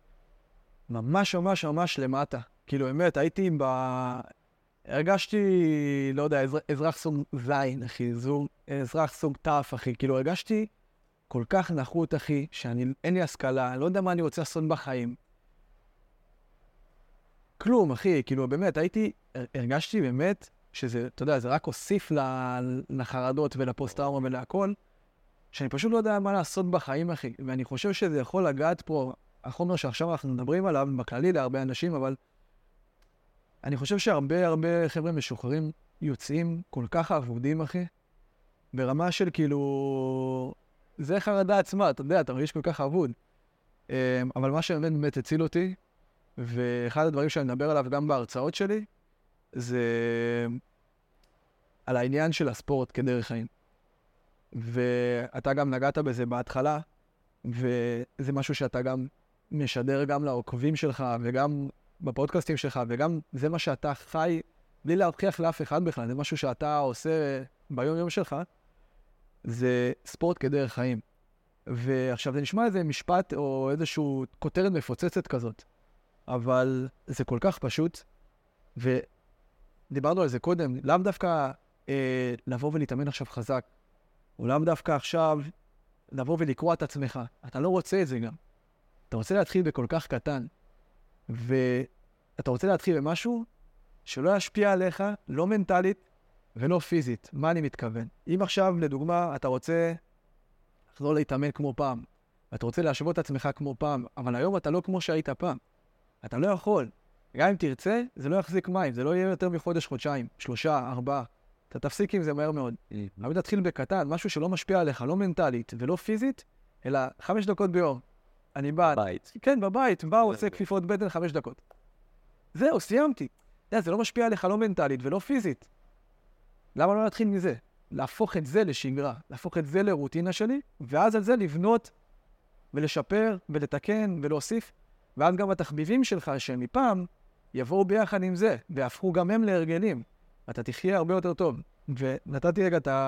ממש למטה. כאילו, באמת, הרגשתי, לא יודע, אזרח סוג זין, אחי, אזרח סוג טף, אחי. כאילו, הרגשתי כל כך נחות, אחי, אין לי השכלה, אני לא יודע מה אני רוצה לעשות בחיים. כלום, אחי, כאילו, באמת, הרגשתי באמת שזה, אתה יודע, זה רק הוסיף לחרדות ולפוסט-טראומה ולהכל, שאני פשוט לא יודע מה לעשות בחיים, אחי. ואני חושב שזה יכול לגעת פה, החומר שעכשיו אנחנו מדברים עליו, בכללי להרבה אנשים, אבל אני חושב שהרבה חבר'ה משוחררים יוצאים כל כך עבודים, אחי, ברמה של כאילו, זה חרדה עצמה, אתה יודע, אתה מרגיש כל כך עבוד. אבל מה שבאמת הציל אותי, ואחד הדברים שאני מדבר עליו גם בהרצאות שלי, זה על העניין של הספורט כדרך חיים. ואתה גם נגעת בזה בהתחלה, וזה משהו שאתה גם משדר גם לעוקבים שלך, וגם בפודקאסטים שלך, וגם זה מה שאתה חי, בלי להוכיח לאף אחד בכלל, זה משהו שאתה עושה ביום יום שלך. זה ספורט כדרך חיים. ועכשיו זה נשמע איזה משפט או איזשהו כותרת מפוצצת כזאת, אבל זה כל כך פשוט, ודיברנו על זה קודם, לאו דווקא לבוא ולהתאמן עכשיו חזק, או לאו דווקא עכשיו לבוא ולקרוא את עצמך, אתה לא רוצה את זה גם. אתה רוצה להתחיל בכל כך קטן, ואתה רוצה להתחיל במשהו שלא ישפיע עליך, לא מנטלית ולא פיזית. מה אני מתכוון? אם עכשיו, לדוגמה, אתה רוצה לחזור להתאמן כמו פעם, ואתה רוצה להשוות את עצמך כמו פעם, אבל היום אתה לא כמו שהיית פעם. אתה לא יכול. גם אם תרצה, זה לא יחזיק מים, זה לא יהיה יותר מחודש, חודשיים, 3, 4. אתה תפסיק עם זה מהר מאוד. אבל תתחיל בקטן, משהו שלא משפיע עליך, לא מנטלית ולא פיזית, אלא 5 דקות ביום. אני בא... בבית. כן, בבית. בא, עושה כפיפות בטן 5 דקות. זהו, סיימתי. זה לא משפיע עליך לא מנטלית ולא פיזית. למה לא להתחיל מזה? להפוך את זה לשגרה, להפוך את זה לרוטינה שלי, ואז על זה לבנות ולשפר ולתקן ולהוסיף, ואז גם התחביבים שלך שמפעם יבואו ביחד עם זה, והפכו גם הם להרגלים. אתה תחיה הרבה יותר טוב. ונתתי רגע את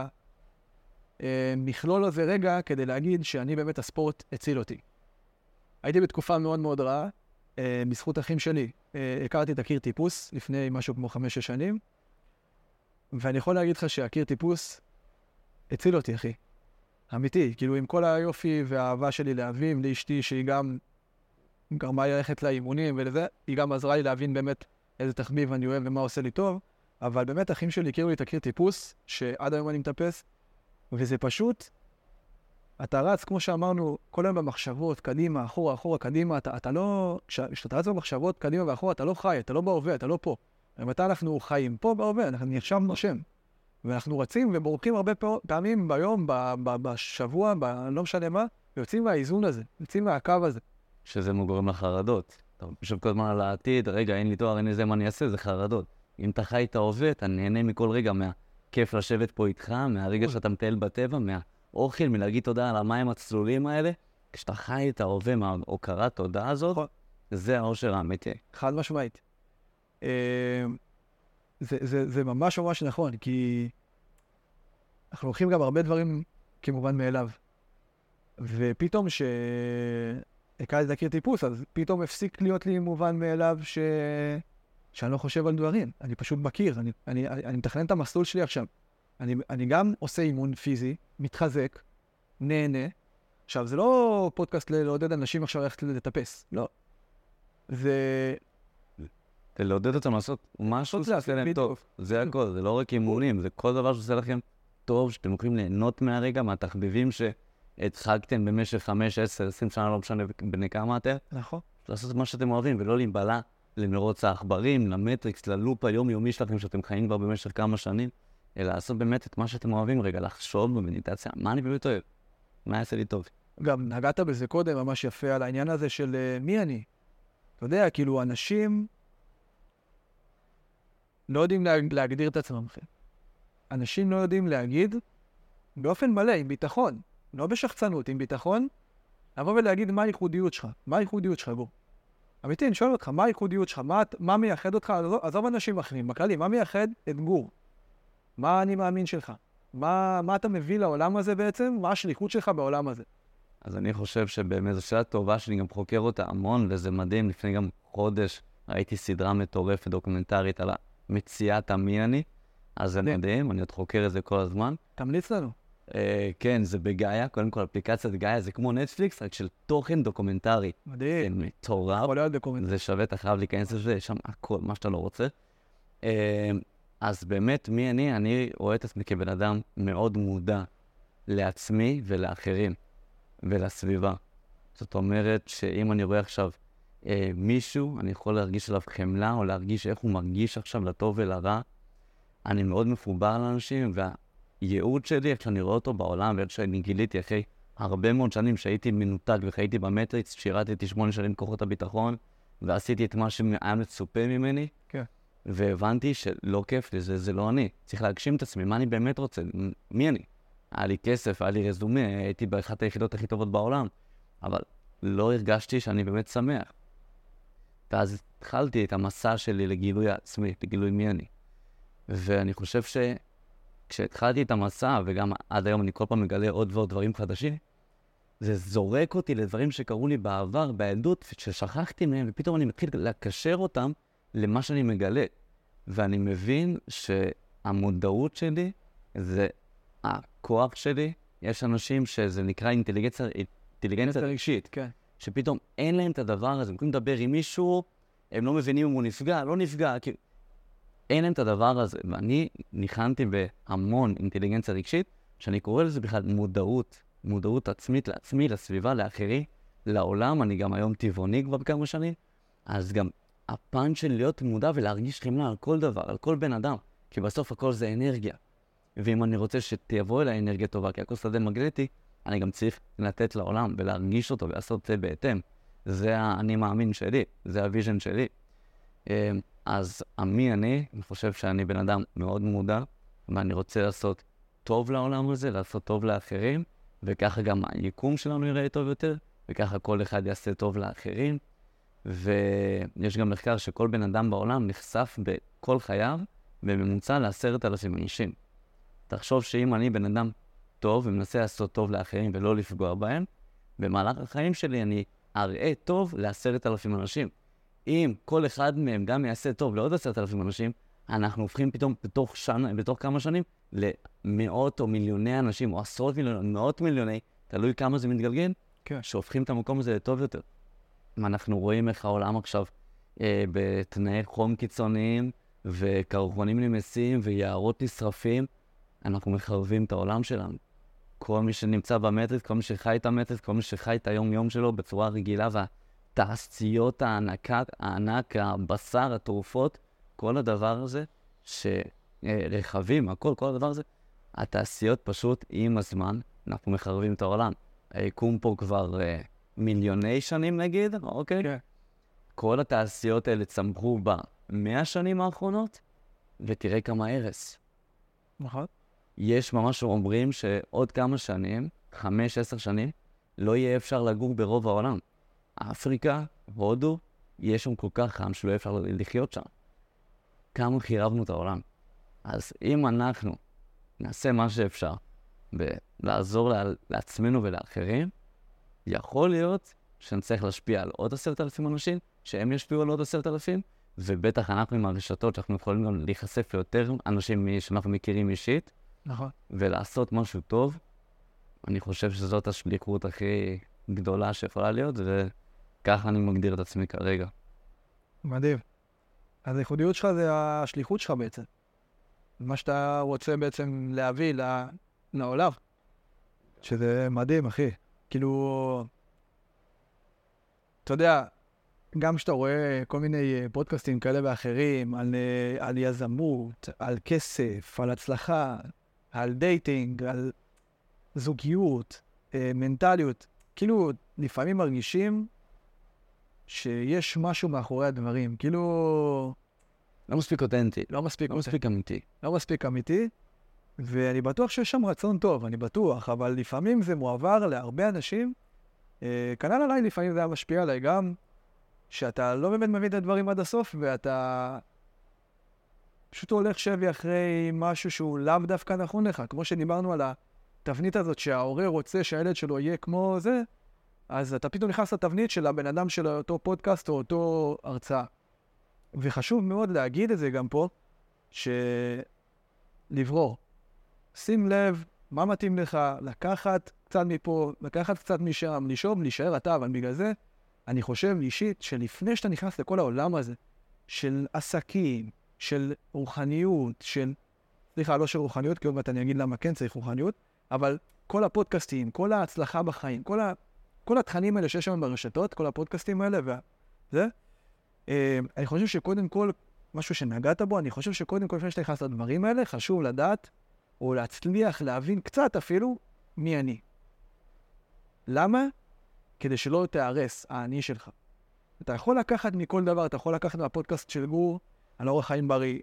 המכלול הזה רגע כדי להגיד שאני באמת הספורט הציל אותי. הייתי בתקופה מאוד מאוד רעה, בזכות אחים שלי. הכרתי את הקיר טיפוס לפני משהו כמו 5-6 שנים, ואני יכול להגיד לך שהקיר טיפוס הציל אותי, אחי. אמיתי, כאילו עם כל היופי והאהבה שלי לאביב, לאשתי, שהיא גם גרמה לי ללכת לאימונים ולזה, היא גם עזרה לי להבין באמת איזה תחביב אני אוהב ומה עושה לי טוב, אבל באמת אחים שלי הכירו לי את הקיר טיפוס, שעד היום אני מטפס, וזה פשוט, אתה רץ, כמו שאמרנו, כל היום במחשבות, קדימה, אחורה, אחורה, קדימה, אתה לא, כשאתה רץ במחשבות, קדימה ואחורה, אתה לא חי, אתה לא בהווה, אתה לא פה. ומתי אנחנו חיים? פה בהווה, אנחנו נחשב נושם. ואנחנו רצים ובורחים הרבה פעמים ביום, בשבוע, לא משנה מה, ויוצאים מהאיזון הזה, יוצאים מהקו הזה. שזה גורם לחרדות. אתה חושב כל הזמן על העתיד, רגע, אין לי תואר, אין לי זה, מה אני אעשה? זה חרדות. אם אתה חי את ההווה, אתה נהנה מכל רגע, מהכיף לשבת פה איתך, מהרגע שאתה מטייל בטבע, מהאוכל, מלהגיד תודה על המים הצלולים האלה. כשאתה חי את ההווה, מההוקרת תודה הזאת, זה האושר האמיתי. חד משמעית. זה ממש ממש נכון, כי אנחנו לוקחים גם הרבה דברים כמובן מאליו. ופתאום שהקלתי את הקיר טיפוס, אז פתאום הפסיק להיות לי מובן מאליו שאני לא חושב על דברים. אני פשוט מכיר, אני מתכנן את המסלול שלי עכשיו. אני גם עושה אימון פיזי, מתחזק, נהנה. עכשיו, זה לא פודקאסט לעודד אנשים עכשיו ללכת לטפס, לא. זה לעודד אותם לעשות משהו שעושה להם טוב. זה הכל, זה לא רק אימונים, זה כל דבר שעושה לכם טוב, שאתם יכולים ליהנות מהרגע, מהתחביבים שהדחקתם במשך 5, 10, 20 שנה, לא משנה בני כמה אתם. נכון. לעשות את מה שאתם אוהבים, ולא להיבלע למרוץ העכברים, למטריקס, ללופ היומיומי שלכם שאתם חיים כבר במשך כמה שנים, אלא לעשות באמת את מה שאתם אוהבים רגע, לחשוב במדיטציה, מה אני באמת אוהב? מה יעשה לי טוב? גם נגעת בזה קודם, ממש יפה, על העניין הזה של מי אני. אתה יודע, כאילו אנשים לא יודעים להגדיר את עצמם. אנשים לא יודעים להגיד באופן מלא, עם ביטחון, לא בשחצנות, עם ביטחון, לבוא ולהגיד מה הייחודיות שלך, מה הייחודיות שלך בו. אמיתי, אני שואל אותך, מה הייחודיות שלך, מה מייחד אותך, עזוב אנשים אחרים, בכללי, מה מייחד את גור? מה אני מאמין שלך? מה אתה מביא לעולם הזה בעצם? מה השליחות שלך בעולם הזה? אז אני חושב שבאמת זו שאלה טובה שאני גם חוקר אותה המון, וזה מדהים. לפני גם חודש ראיתי סדרה מטורפת דוקומנטרית על מציאת המי אני, אז זה מדהים, אני עוד חוקר את זה כל הזמן. תמליץ לנו. כן, זה בגאיה, קודם כל אפליקציית גאיה, זה כמו נטפליקס, רק של תוכן דוקומנטרי. מדהים. זה מטורף. יכול להיות דוקומנטרי. זה שווה, אתה חייב להיכנס לזה, יש שם הכל, מה שאתה לא רוצה. אז באמת, מי אני? אני רואה את עצמי כבן אדם מאוד מודע לעצמי ולאחרים ולסביבה. זאת אומרת שאם אני רואה עכשיו מישהו, אני יכול להרגיש עליו חמלה, או להרגיש איך הוא מרגיש עכשיו לטוב ולרע. אני מאוד מחובר לאנשים, והייעוד שלי, איך שאני רואה אותו בעולם, ואיך שאני גיליתי אחרי הרבה מאוד שנים שהייתי מנותק וחייתי במטריקס, שירתתי 8 שנים כוחות הביטחון, ועשיתי את מה שהיה מצופה ממני, כן. והבנתי שלא כיף לי, זה לא אני. צריך להגשים את עצמי, מה אני באמת רוצה, מי אני? היה לי כסף, היה לי רזומה, הייתי באחת היחידות הכי טובות בעולם, אבל לא הרגשתי שאני באמת שמח. ואז התחלתי את המסע שלי לגילוי עצמי, לגילוי מי אני. ואני חושב כשהתחלתי את המסע, וגם עד היום אני כל פעם מגלה עוד ועוד דברים חדשים, זה זורק אותי לדברים שקרו לי בעבר, בילדות, ששכחתי מהם, ופתאום אני מתחיל לקשר אותם למה שאני מגלה. ואני מבין שהמודעות שלי זה הכוח שלי. יש אנשים שזה נקרא אינטליגנציה רגשית, כן. שפתאום אין להם את הדבר הזה. הם יכולים לדבר עם מישהו, הם לא מבינים אם הוא נפגע, לא נפגע, כי אין להם את הדבר הזה. ואני ניחנתי בהמון אינטליגנציה רגשית, שאני קורא לזה בכלל מודעות עצמית לעצמי, לסביבה, לאחרי, לעולם. אני גם היום טבעוני כבר כמה שנים, אז גם הפן של להיות מודע ולהרגיש חמלה על כל דבר, על כל בן אדם, כי בסוף הכל זה אנרגיה. ואם אני רוצה שתבוא אליי אנרגיה טובה, כי הכל שדה מגנטי, אני גם צריך לתת לעולם ולהרגיש אותו ולעשות זה בהתאם. זה האני מאמין שלי, זה הוויז'ן שלי. אז אני חושב שאני בן אדם מאוד מודע, ואני רוצה לעשות טוב לעולם הזה, לעשות טוב לאחרים, וככה גם היקום שלנו יראה טוב יותר, וככה כל אחד יעשה טוב לאחרים. ויש גם מחקר שכל בן אדם בעולם נחשף בכל חייו, בממוצע ל10,000 אנשים. תחשוב שאם אני בן אדם טוב ומנסה לעשות טוב לאחרים ולא לפגוע בהם, במהלך החיים שלי אני אראה טוב ל10,000 אנשים. אם כל אחד מהם גם יעשה טוב לעוד 10,000 אנשים, אנחנו הופכים פתאום בתוך כמה שנים למאות או מיליוני אנשים, או עשרות מיליוני, מאות מיליוני, תלוי כמה זה מתגלגל, כן. שהופכים את המקום הזה לטוב יותר. אנחנו רואים איך העולם עכשיו בתנאי חום קיצוניים, וקרחונים נמסים ויערות נשרפים, אנחנו מחרבים את העולם שלנו. כל מי שנמצא במטריץ, כל מי שחי את המטריץ, כל מי שחי את היום-יום שלו בצורה רגילה, והתעשיות הענק, הבשר, התרופות, כל הדבר הזה, שרכבים, כל הדבר הזה, התעשיות פשוט עם הזמן, אנחנו מחרבים את העולם. היקום פה כבר מיליוני שנים נגיד, אוקיי? כן. כל התעשיות האלה צמחו ב100 שנים האחרונות, ותראה כמה הרס. נכון. יש ממש אומרים שעוד כמה שנים, 5-10 שנים, לא יהיה אפשר לגור ברוב העולם. אפריקה, הודו, יש שם כל כך חם שלא יהיה אפשר לחיות שם. כמה חירבנו את העולם. אז אם אנחנו נעשה מה שאפשר, ולעזור לעצמנו ולאחרים, יכול להיות שנצטרך להשפיע על עוד 10,000 אנשים, שהם ישפיעו על עוד 10,000, ובטח אנחנו עם הרשתות שאנחנו יכולים גם להיחשף ליותר אנשים שאנחנו מכירים אישית, נכון. ולעשות משהו טוב. אני חושב שזאת השליחות הכי גדולה שיכולה להיות, וככה אני מגדיר את עצמי כרגע. מדהים. אז הייחודיות שלך זה השליחות שלך בעצם. מה שאתה רוצה בעצם להביא לעולם. שזה מדהים, אחי. כאילו, אתה יודע, גם כשאתה רואה כל מיני פודקאסטים כאלה ואחרים על יזמות, על כסף, על הצלחה, על דייטינג, על זוגיות, מנטליות, כאילו לפעמים מרגישים שיש משהו מאחורי הדברים, כאילו לא מספיק אותנטי. לא מספיק אמיתי. לא מספיק אמיתי, ואני בטוח שיש שם רצון טוב, אני בטוח, אבל לפעמים זה מועבר להרבה אנשים, כנ"ל עליי לפעמים זה היה משפיע עליי גם, שאתה לא באמת מבין את הדברים עד הסוף, ואתה פשוט הולך שבי אחרי משהו שהוא לאו דווקא נכון לך, כמו שדיברנו על התבנית הזאת שההורה רוצה שהילד שלו יהיה כמו זה, אז אתה פתאום נכנס לתבנית של הבן אדם של אותו פודקאסט או אותו הרצאה. וחשוב מאוד להגיד את זה גם פה, לברור. שים לב מה מתאים לך, לקחת קצת מפה, לקחת קצת משם, לשאוב, להישאר אתה, אבל בגלל זה אני חושב אישית שלפני שאתה נכנס לכל העולם הזה, של עסקים, של רוחניות, לא של רוחניות, כי עוד מעט אני אגיד למה כן צריך רוחניות, אבל כל הפודקאסטים, כל ההצלחה בחיים, כל התכנים האלה שיש שם ברשתות, כל הפודקאסטים האלה, אני חושב שקודם כל, משהו שנגעת בו, אני חושב שקודם כל, לפני שאתה נכנס לדברים האלה, חשוב לדעת, או להצליח להבין קצת אפילו, מי אני. למה? כדי שלא תהרס האני שלך. אתה יכול לקחת מכל דבר, אתה יכול לקחת מהפודקאסט של גור, על אורח חיים בריא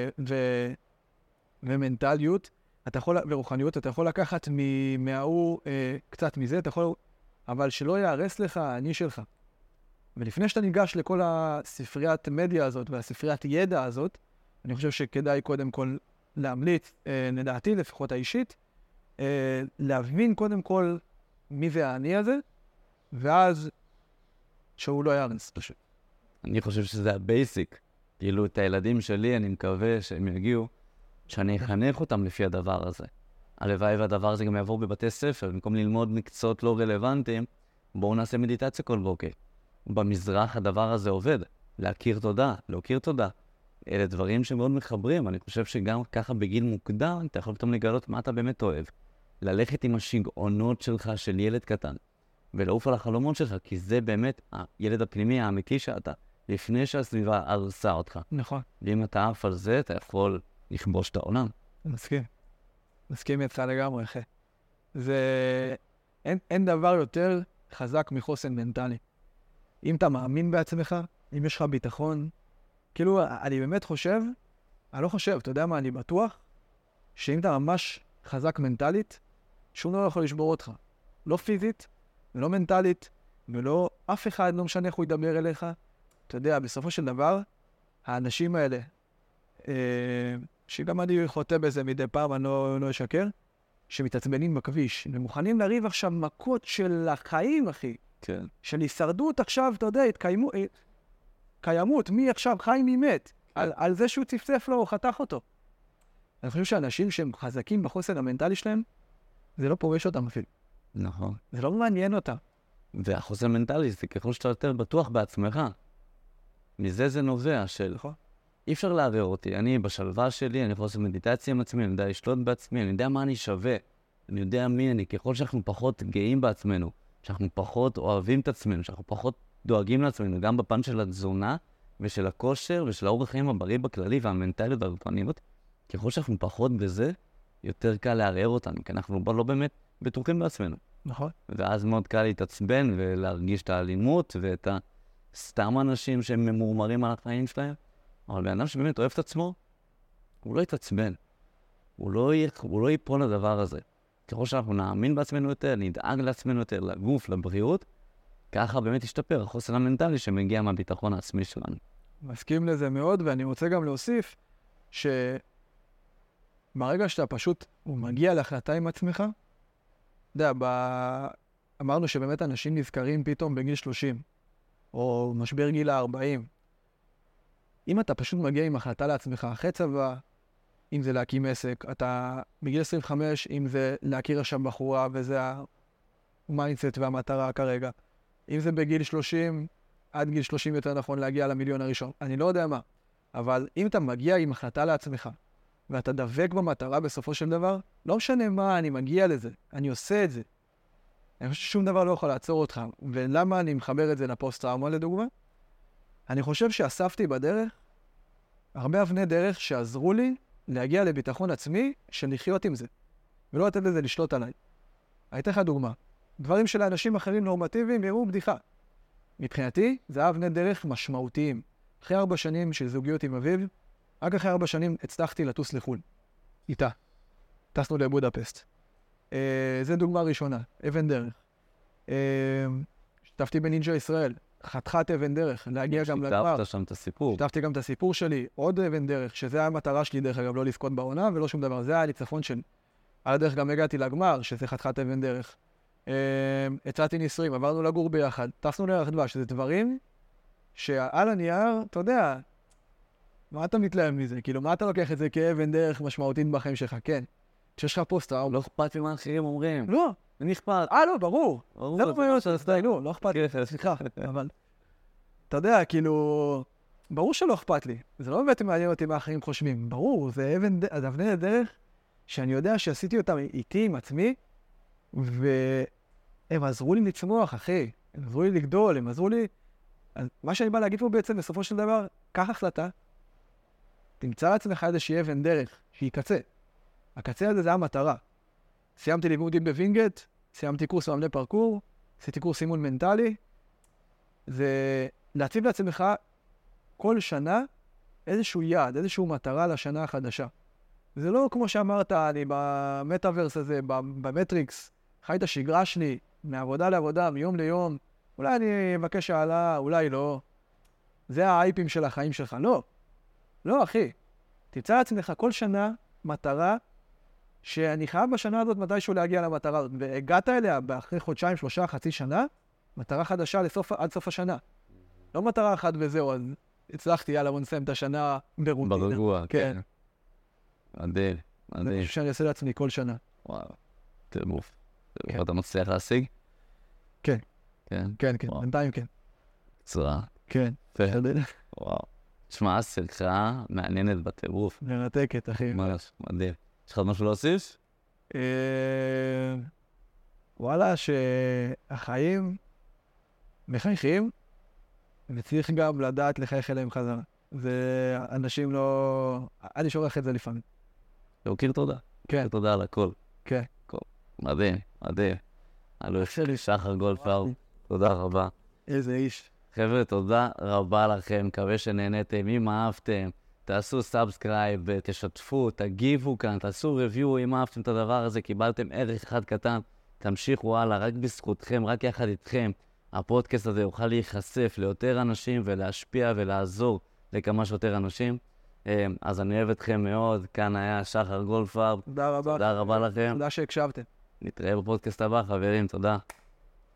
ומנטליות, ורוחניות, אתה יכול לקחת מההוא קצת מזה, אבל שלא יהרס לך האני שלך. ולפני שאתה ניגש לכל הספריית מדיה הזאת והספריית ידע הזאת, אני חושב שכדאי קודם כל להמליץ, לדעתי לפחות האישית, להבין קודם כל מי זה האני הזה, ואז שהוא לא יארנס פשוט. אני חושב שזה הבייסיק. כאילו, את הילדים שלי, אני מקווה שהם יגיעו, שאני אחנך אותם לפי הדבר הזה. הלוואי והדבר הזה גם יעבור בבתי ספר, במקום ללמוד מקצועות לא רלוונטיים, בואו נעשה מדיטציה כל בוקר. במזרח הדבר הזה עובד. להכיר תודה, להוקיר תודה. אלה דברים שמאוד מחברים. אני חושב שגם ככה בגיל מוקדם, אתה יכול פתאום לגלות מה אתה באמת אוהב. ללכת עם השגעונות שלך של ילד קטן, ולעוף על החלומות שלך, כי זה באמת הילד הפנימי האמיתי שאתה, לפני שהסביבה הרסה אותך. נכון. ואם אתה עף על זה, אתה יכול לכבוש את העולם. מסכים. מסכים איתך לגמרי, אחי. אין דבר יותר חזק מחוסן מנטלי. אם אתה מאמין בעצמך, אם יש לך ביטחון, כאילו, אני באמת חושב, אני לא חושב, אתה יודע מה, אני בטוח, שאם אתה ממש חזק מנטלית, שום דבר יכול לשבור אותך. לא פיזית, ולא מנטלית, ולא אף אחד, לא משנה איך הוא ידבר אליך. אתה יודע, בסופו של דבר, האנשים האלה, שגם אני חוטא בזה מדי פעם, אני לא אשקר, שמתעצבנים בכביש, ומוכנים לריב עכשיו מכות של החיים, אחי. כן. של הישרדות עכשיו, אתה יודע, קיימות, מי עכשיו חי מי מת, על זה שהוא צפצף לו או חתך אותו. אני חושב שאנשים שהם חזקים בחוסן המנטלי שלהם, זה לא פורש אותם אפילו. נכון. זה לא מעניין אותם. והחוסן המנטלי זה ככל שאתה יותר בטוח בעצמך. מזה זה נובע של... נכון. אי אפשר לעבר אותי. אני בשלווה שלי, אני יכול לעשות מדיטציה עם עצמי, אני יודע לשלוט בעצמי, אני יודע מה אני שווה. אני יודע מי אני. ככל שאנחנו פחות גאים בעצמנו, שאנחנו פחות אוהבים את עצמנו, שאנחנו פחות דואגים לעצמנו, גם בפן של התזונה ושל הכושר ושל האורח חיים הבריא בכללי והמנטליות והגופניות, ככל שאנחנו פחות בזה, יותר קל לערער אותנו, כי אנחנו לא באמת בטוחים בעצמנו. נכון. ואז מאוד קל להתעצבן ולהרגיש את האלימות ואת סתם אנשים שהם ממורמרים על החיים שלהם. אבל בן אדם שבאמת אוהב את עצמו, הוא לא יתעצבן. הוא לא ייפול לדבר הזה. ככל שאנחנו נאמין בעצמנו יותר, נדאג לעצמנו יותר, לגוף, לבריאות, ככה באמת ישתפר החוסן המנטלי שמגיע מהביטחון העצמי שלנו. מסכים לזה מאוד, ואני רוצה גם להוסיף שברגע שאתה פשוט, הוא מגיע להחלטה עם עצמך, אתה יודע, אמרנו שבאמת אנשים נזכרים פתאום בגיל 30, או משבר גיל ה-40. אם אתה פשוט מגיע עם החלטה לעצמך, אחרי צבא, אם זה להקים עסק, אתה בגיל 25, אם זה להכיר עכשיו בחורה, וזה המיינדסט והמטרה כרגע. אם זה בגיל 30, עד גיל 30 יותר נכון להגיע למיליון הראשון. אני לא יודע מה. אבל אם אתה מגיע עם החלטה לעצמך, ואתה דבק במטרה בסופו של דבר, לא משנה מה, אני מגיע לזה, אני עושה את זה. אני חושב ששום דבר לא יכול לעצור אותך. ולמה אני מחבר את זה לפוסט-טראומה לדוגמה? אני חושב שאספתי בדרך הרבה אבני דרך שעזרו לי להגיע לביטחון עצמי של לחיות עם זה, ולא לתת לזה לשלוט עליי. הייתה לך דוגמה. דברים של אנשים אחרים נורמטיביים יראו בדיחה. מבחינתי, זה אבני דרך משמעותיים. אחרי 4 שנים של זוגיות עם אביב, רק אחרי 4 שנים הצלחתי לטוס לחו"ל. איתה. טסנו לבודפסט. זה דוגמה ראשונה, אבן דרך. שתפתי בנינג'ה ישראל. חתיכת אבן דרך, להגיע גם לגמר. שיתפת שם את הסיפור. שיתפתי גם את הסיפור שלי, עוד אבן דרך, שזה היה המטרה שלי דרך אגב, לא לזכות בעונה ולא שום דבר, זה היה הניצחון שלי. על הדרך גם הגעתי לגמר, שזה חתיכת אבן דרך. הצעתי ניסויים, עברנו לגור ביחד, טסנו לירח דבש, שזה דברים שעל הנייר, אתה יודע, מה אתה מתלהם מזה? כאילו, מה אתה לוקח את זה כאבן דרך משמעותית בחיים שלך? כן. כשיש לך פוסט-טראומה. לא אכפת לי מה אחרים אומרים. לא. אני אכפת. לא, ברור. זה לא מה שעשתה, לא אכפת לי. סליחה, אבל... אתה יודע, כאילו... ברור שלא אכפת לי. זה לא באמת מעניין אותי מה אחרים חושבים. ברור, זה אבני דרך שאני יודע שעשיתי אותם איתי, עם עצמי, והם עזרו לי לצמוח, אחי. הם עזרו לי לגדול, הם עזרו לי... מה שאני בא להגיד פה בעצם, בסופו של דבר, קח החלטה, תמצא לעצמך איזושהי אבן דרך, שהיא קצה. הקצה הזה זה המטרה. סיימתי לימודים בווינגייט, סיימתי קורס מאמני פרקור, עשיתי קורס אימון מנטלי. זה להציב לעצמך כל שנה איזשהו יעד, איזשהו מטרה לשנה החדשה. זה לא כמו שאמרת, אני במטאברס הזה, במטריקס, חי את השגרה שלי, מעבודה לעבודה, מיום ליום. אולי אני אבקש העלה, אולי לא. זה האייפים של החיים שלך. לא. לא, אחי. תמצא לעצמך כל שנה מטרה שאני חייב בשנה הזאת מתישהו להגיע למטרה הזאת. והגעת אליה אחרי חודשיים, 3, חצי שנה, מטרה חדשה עד סוף השנה. לא מטרה אחת וזהו, אז הצלחתי, יאללה, בוא נסיים את השנה ברוטינה. ברגוע, כן. מדהים, זה מדהים. משהו שאני עושה לעצמי כל שנה. וואו, טירוף. כן. אתה מצליח להשיג? כן. כן. כן, כן, וואו. בינתיים כן. צורה. כן. וואו. תשמע, השיחה מעניינת בטירוף. מרתקת, אחי. ממש, מדהים. יש לך עוד משהו להוסיף? וואלה, שהחיים מחייכים, וצריך גם לדעת לחייך אליהם חזרה. ואנשים לא... אני שוכח את זה לפעמים. להוקיר תודה. כן. תודה על הכל. כן. מדהים, מדהים. אלוף שחר גולדפלד, תודה רבה. איזה איש. חבר'ה, תודה רבה לכם, מקווה שנהנתם. אם אהבתם, תעשו סאבסקרייב, תשתפו, תגיבו כאן, תעשו ריוויו אם אהבתם את הדבר הזה, קיבלתם ערך אחד קטן, תמשיכו הלאה, רק בזכותכם, רק יחד איתכם. הפודקאסט הזה יוכל להיחשף ליותר אנשים ולהשפיע ולעזור לכמה שיותר אנשים. אז אני אוהב אתכם מאוד, כאן היה שחר גולדפלד. תודה רבה. תודה רבה לכם. תודה שהקשבתם. נתראה בפודקאסט הבא, חברים, תודה.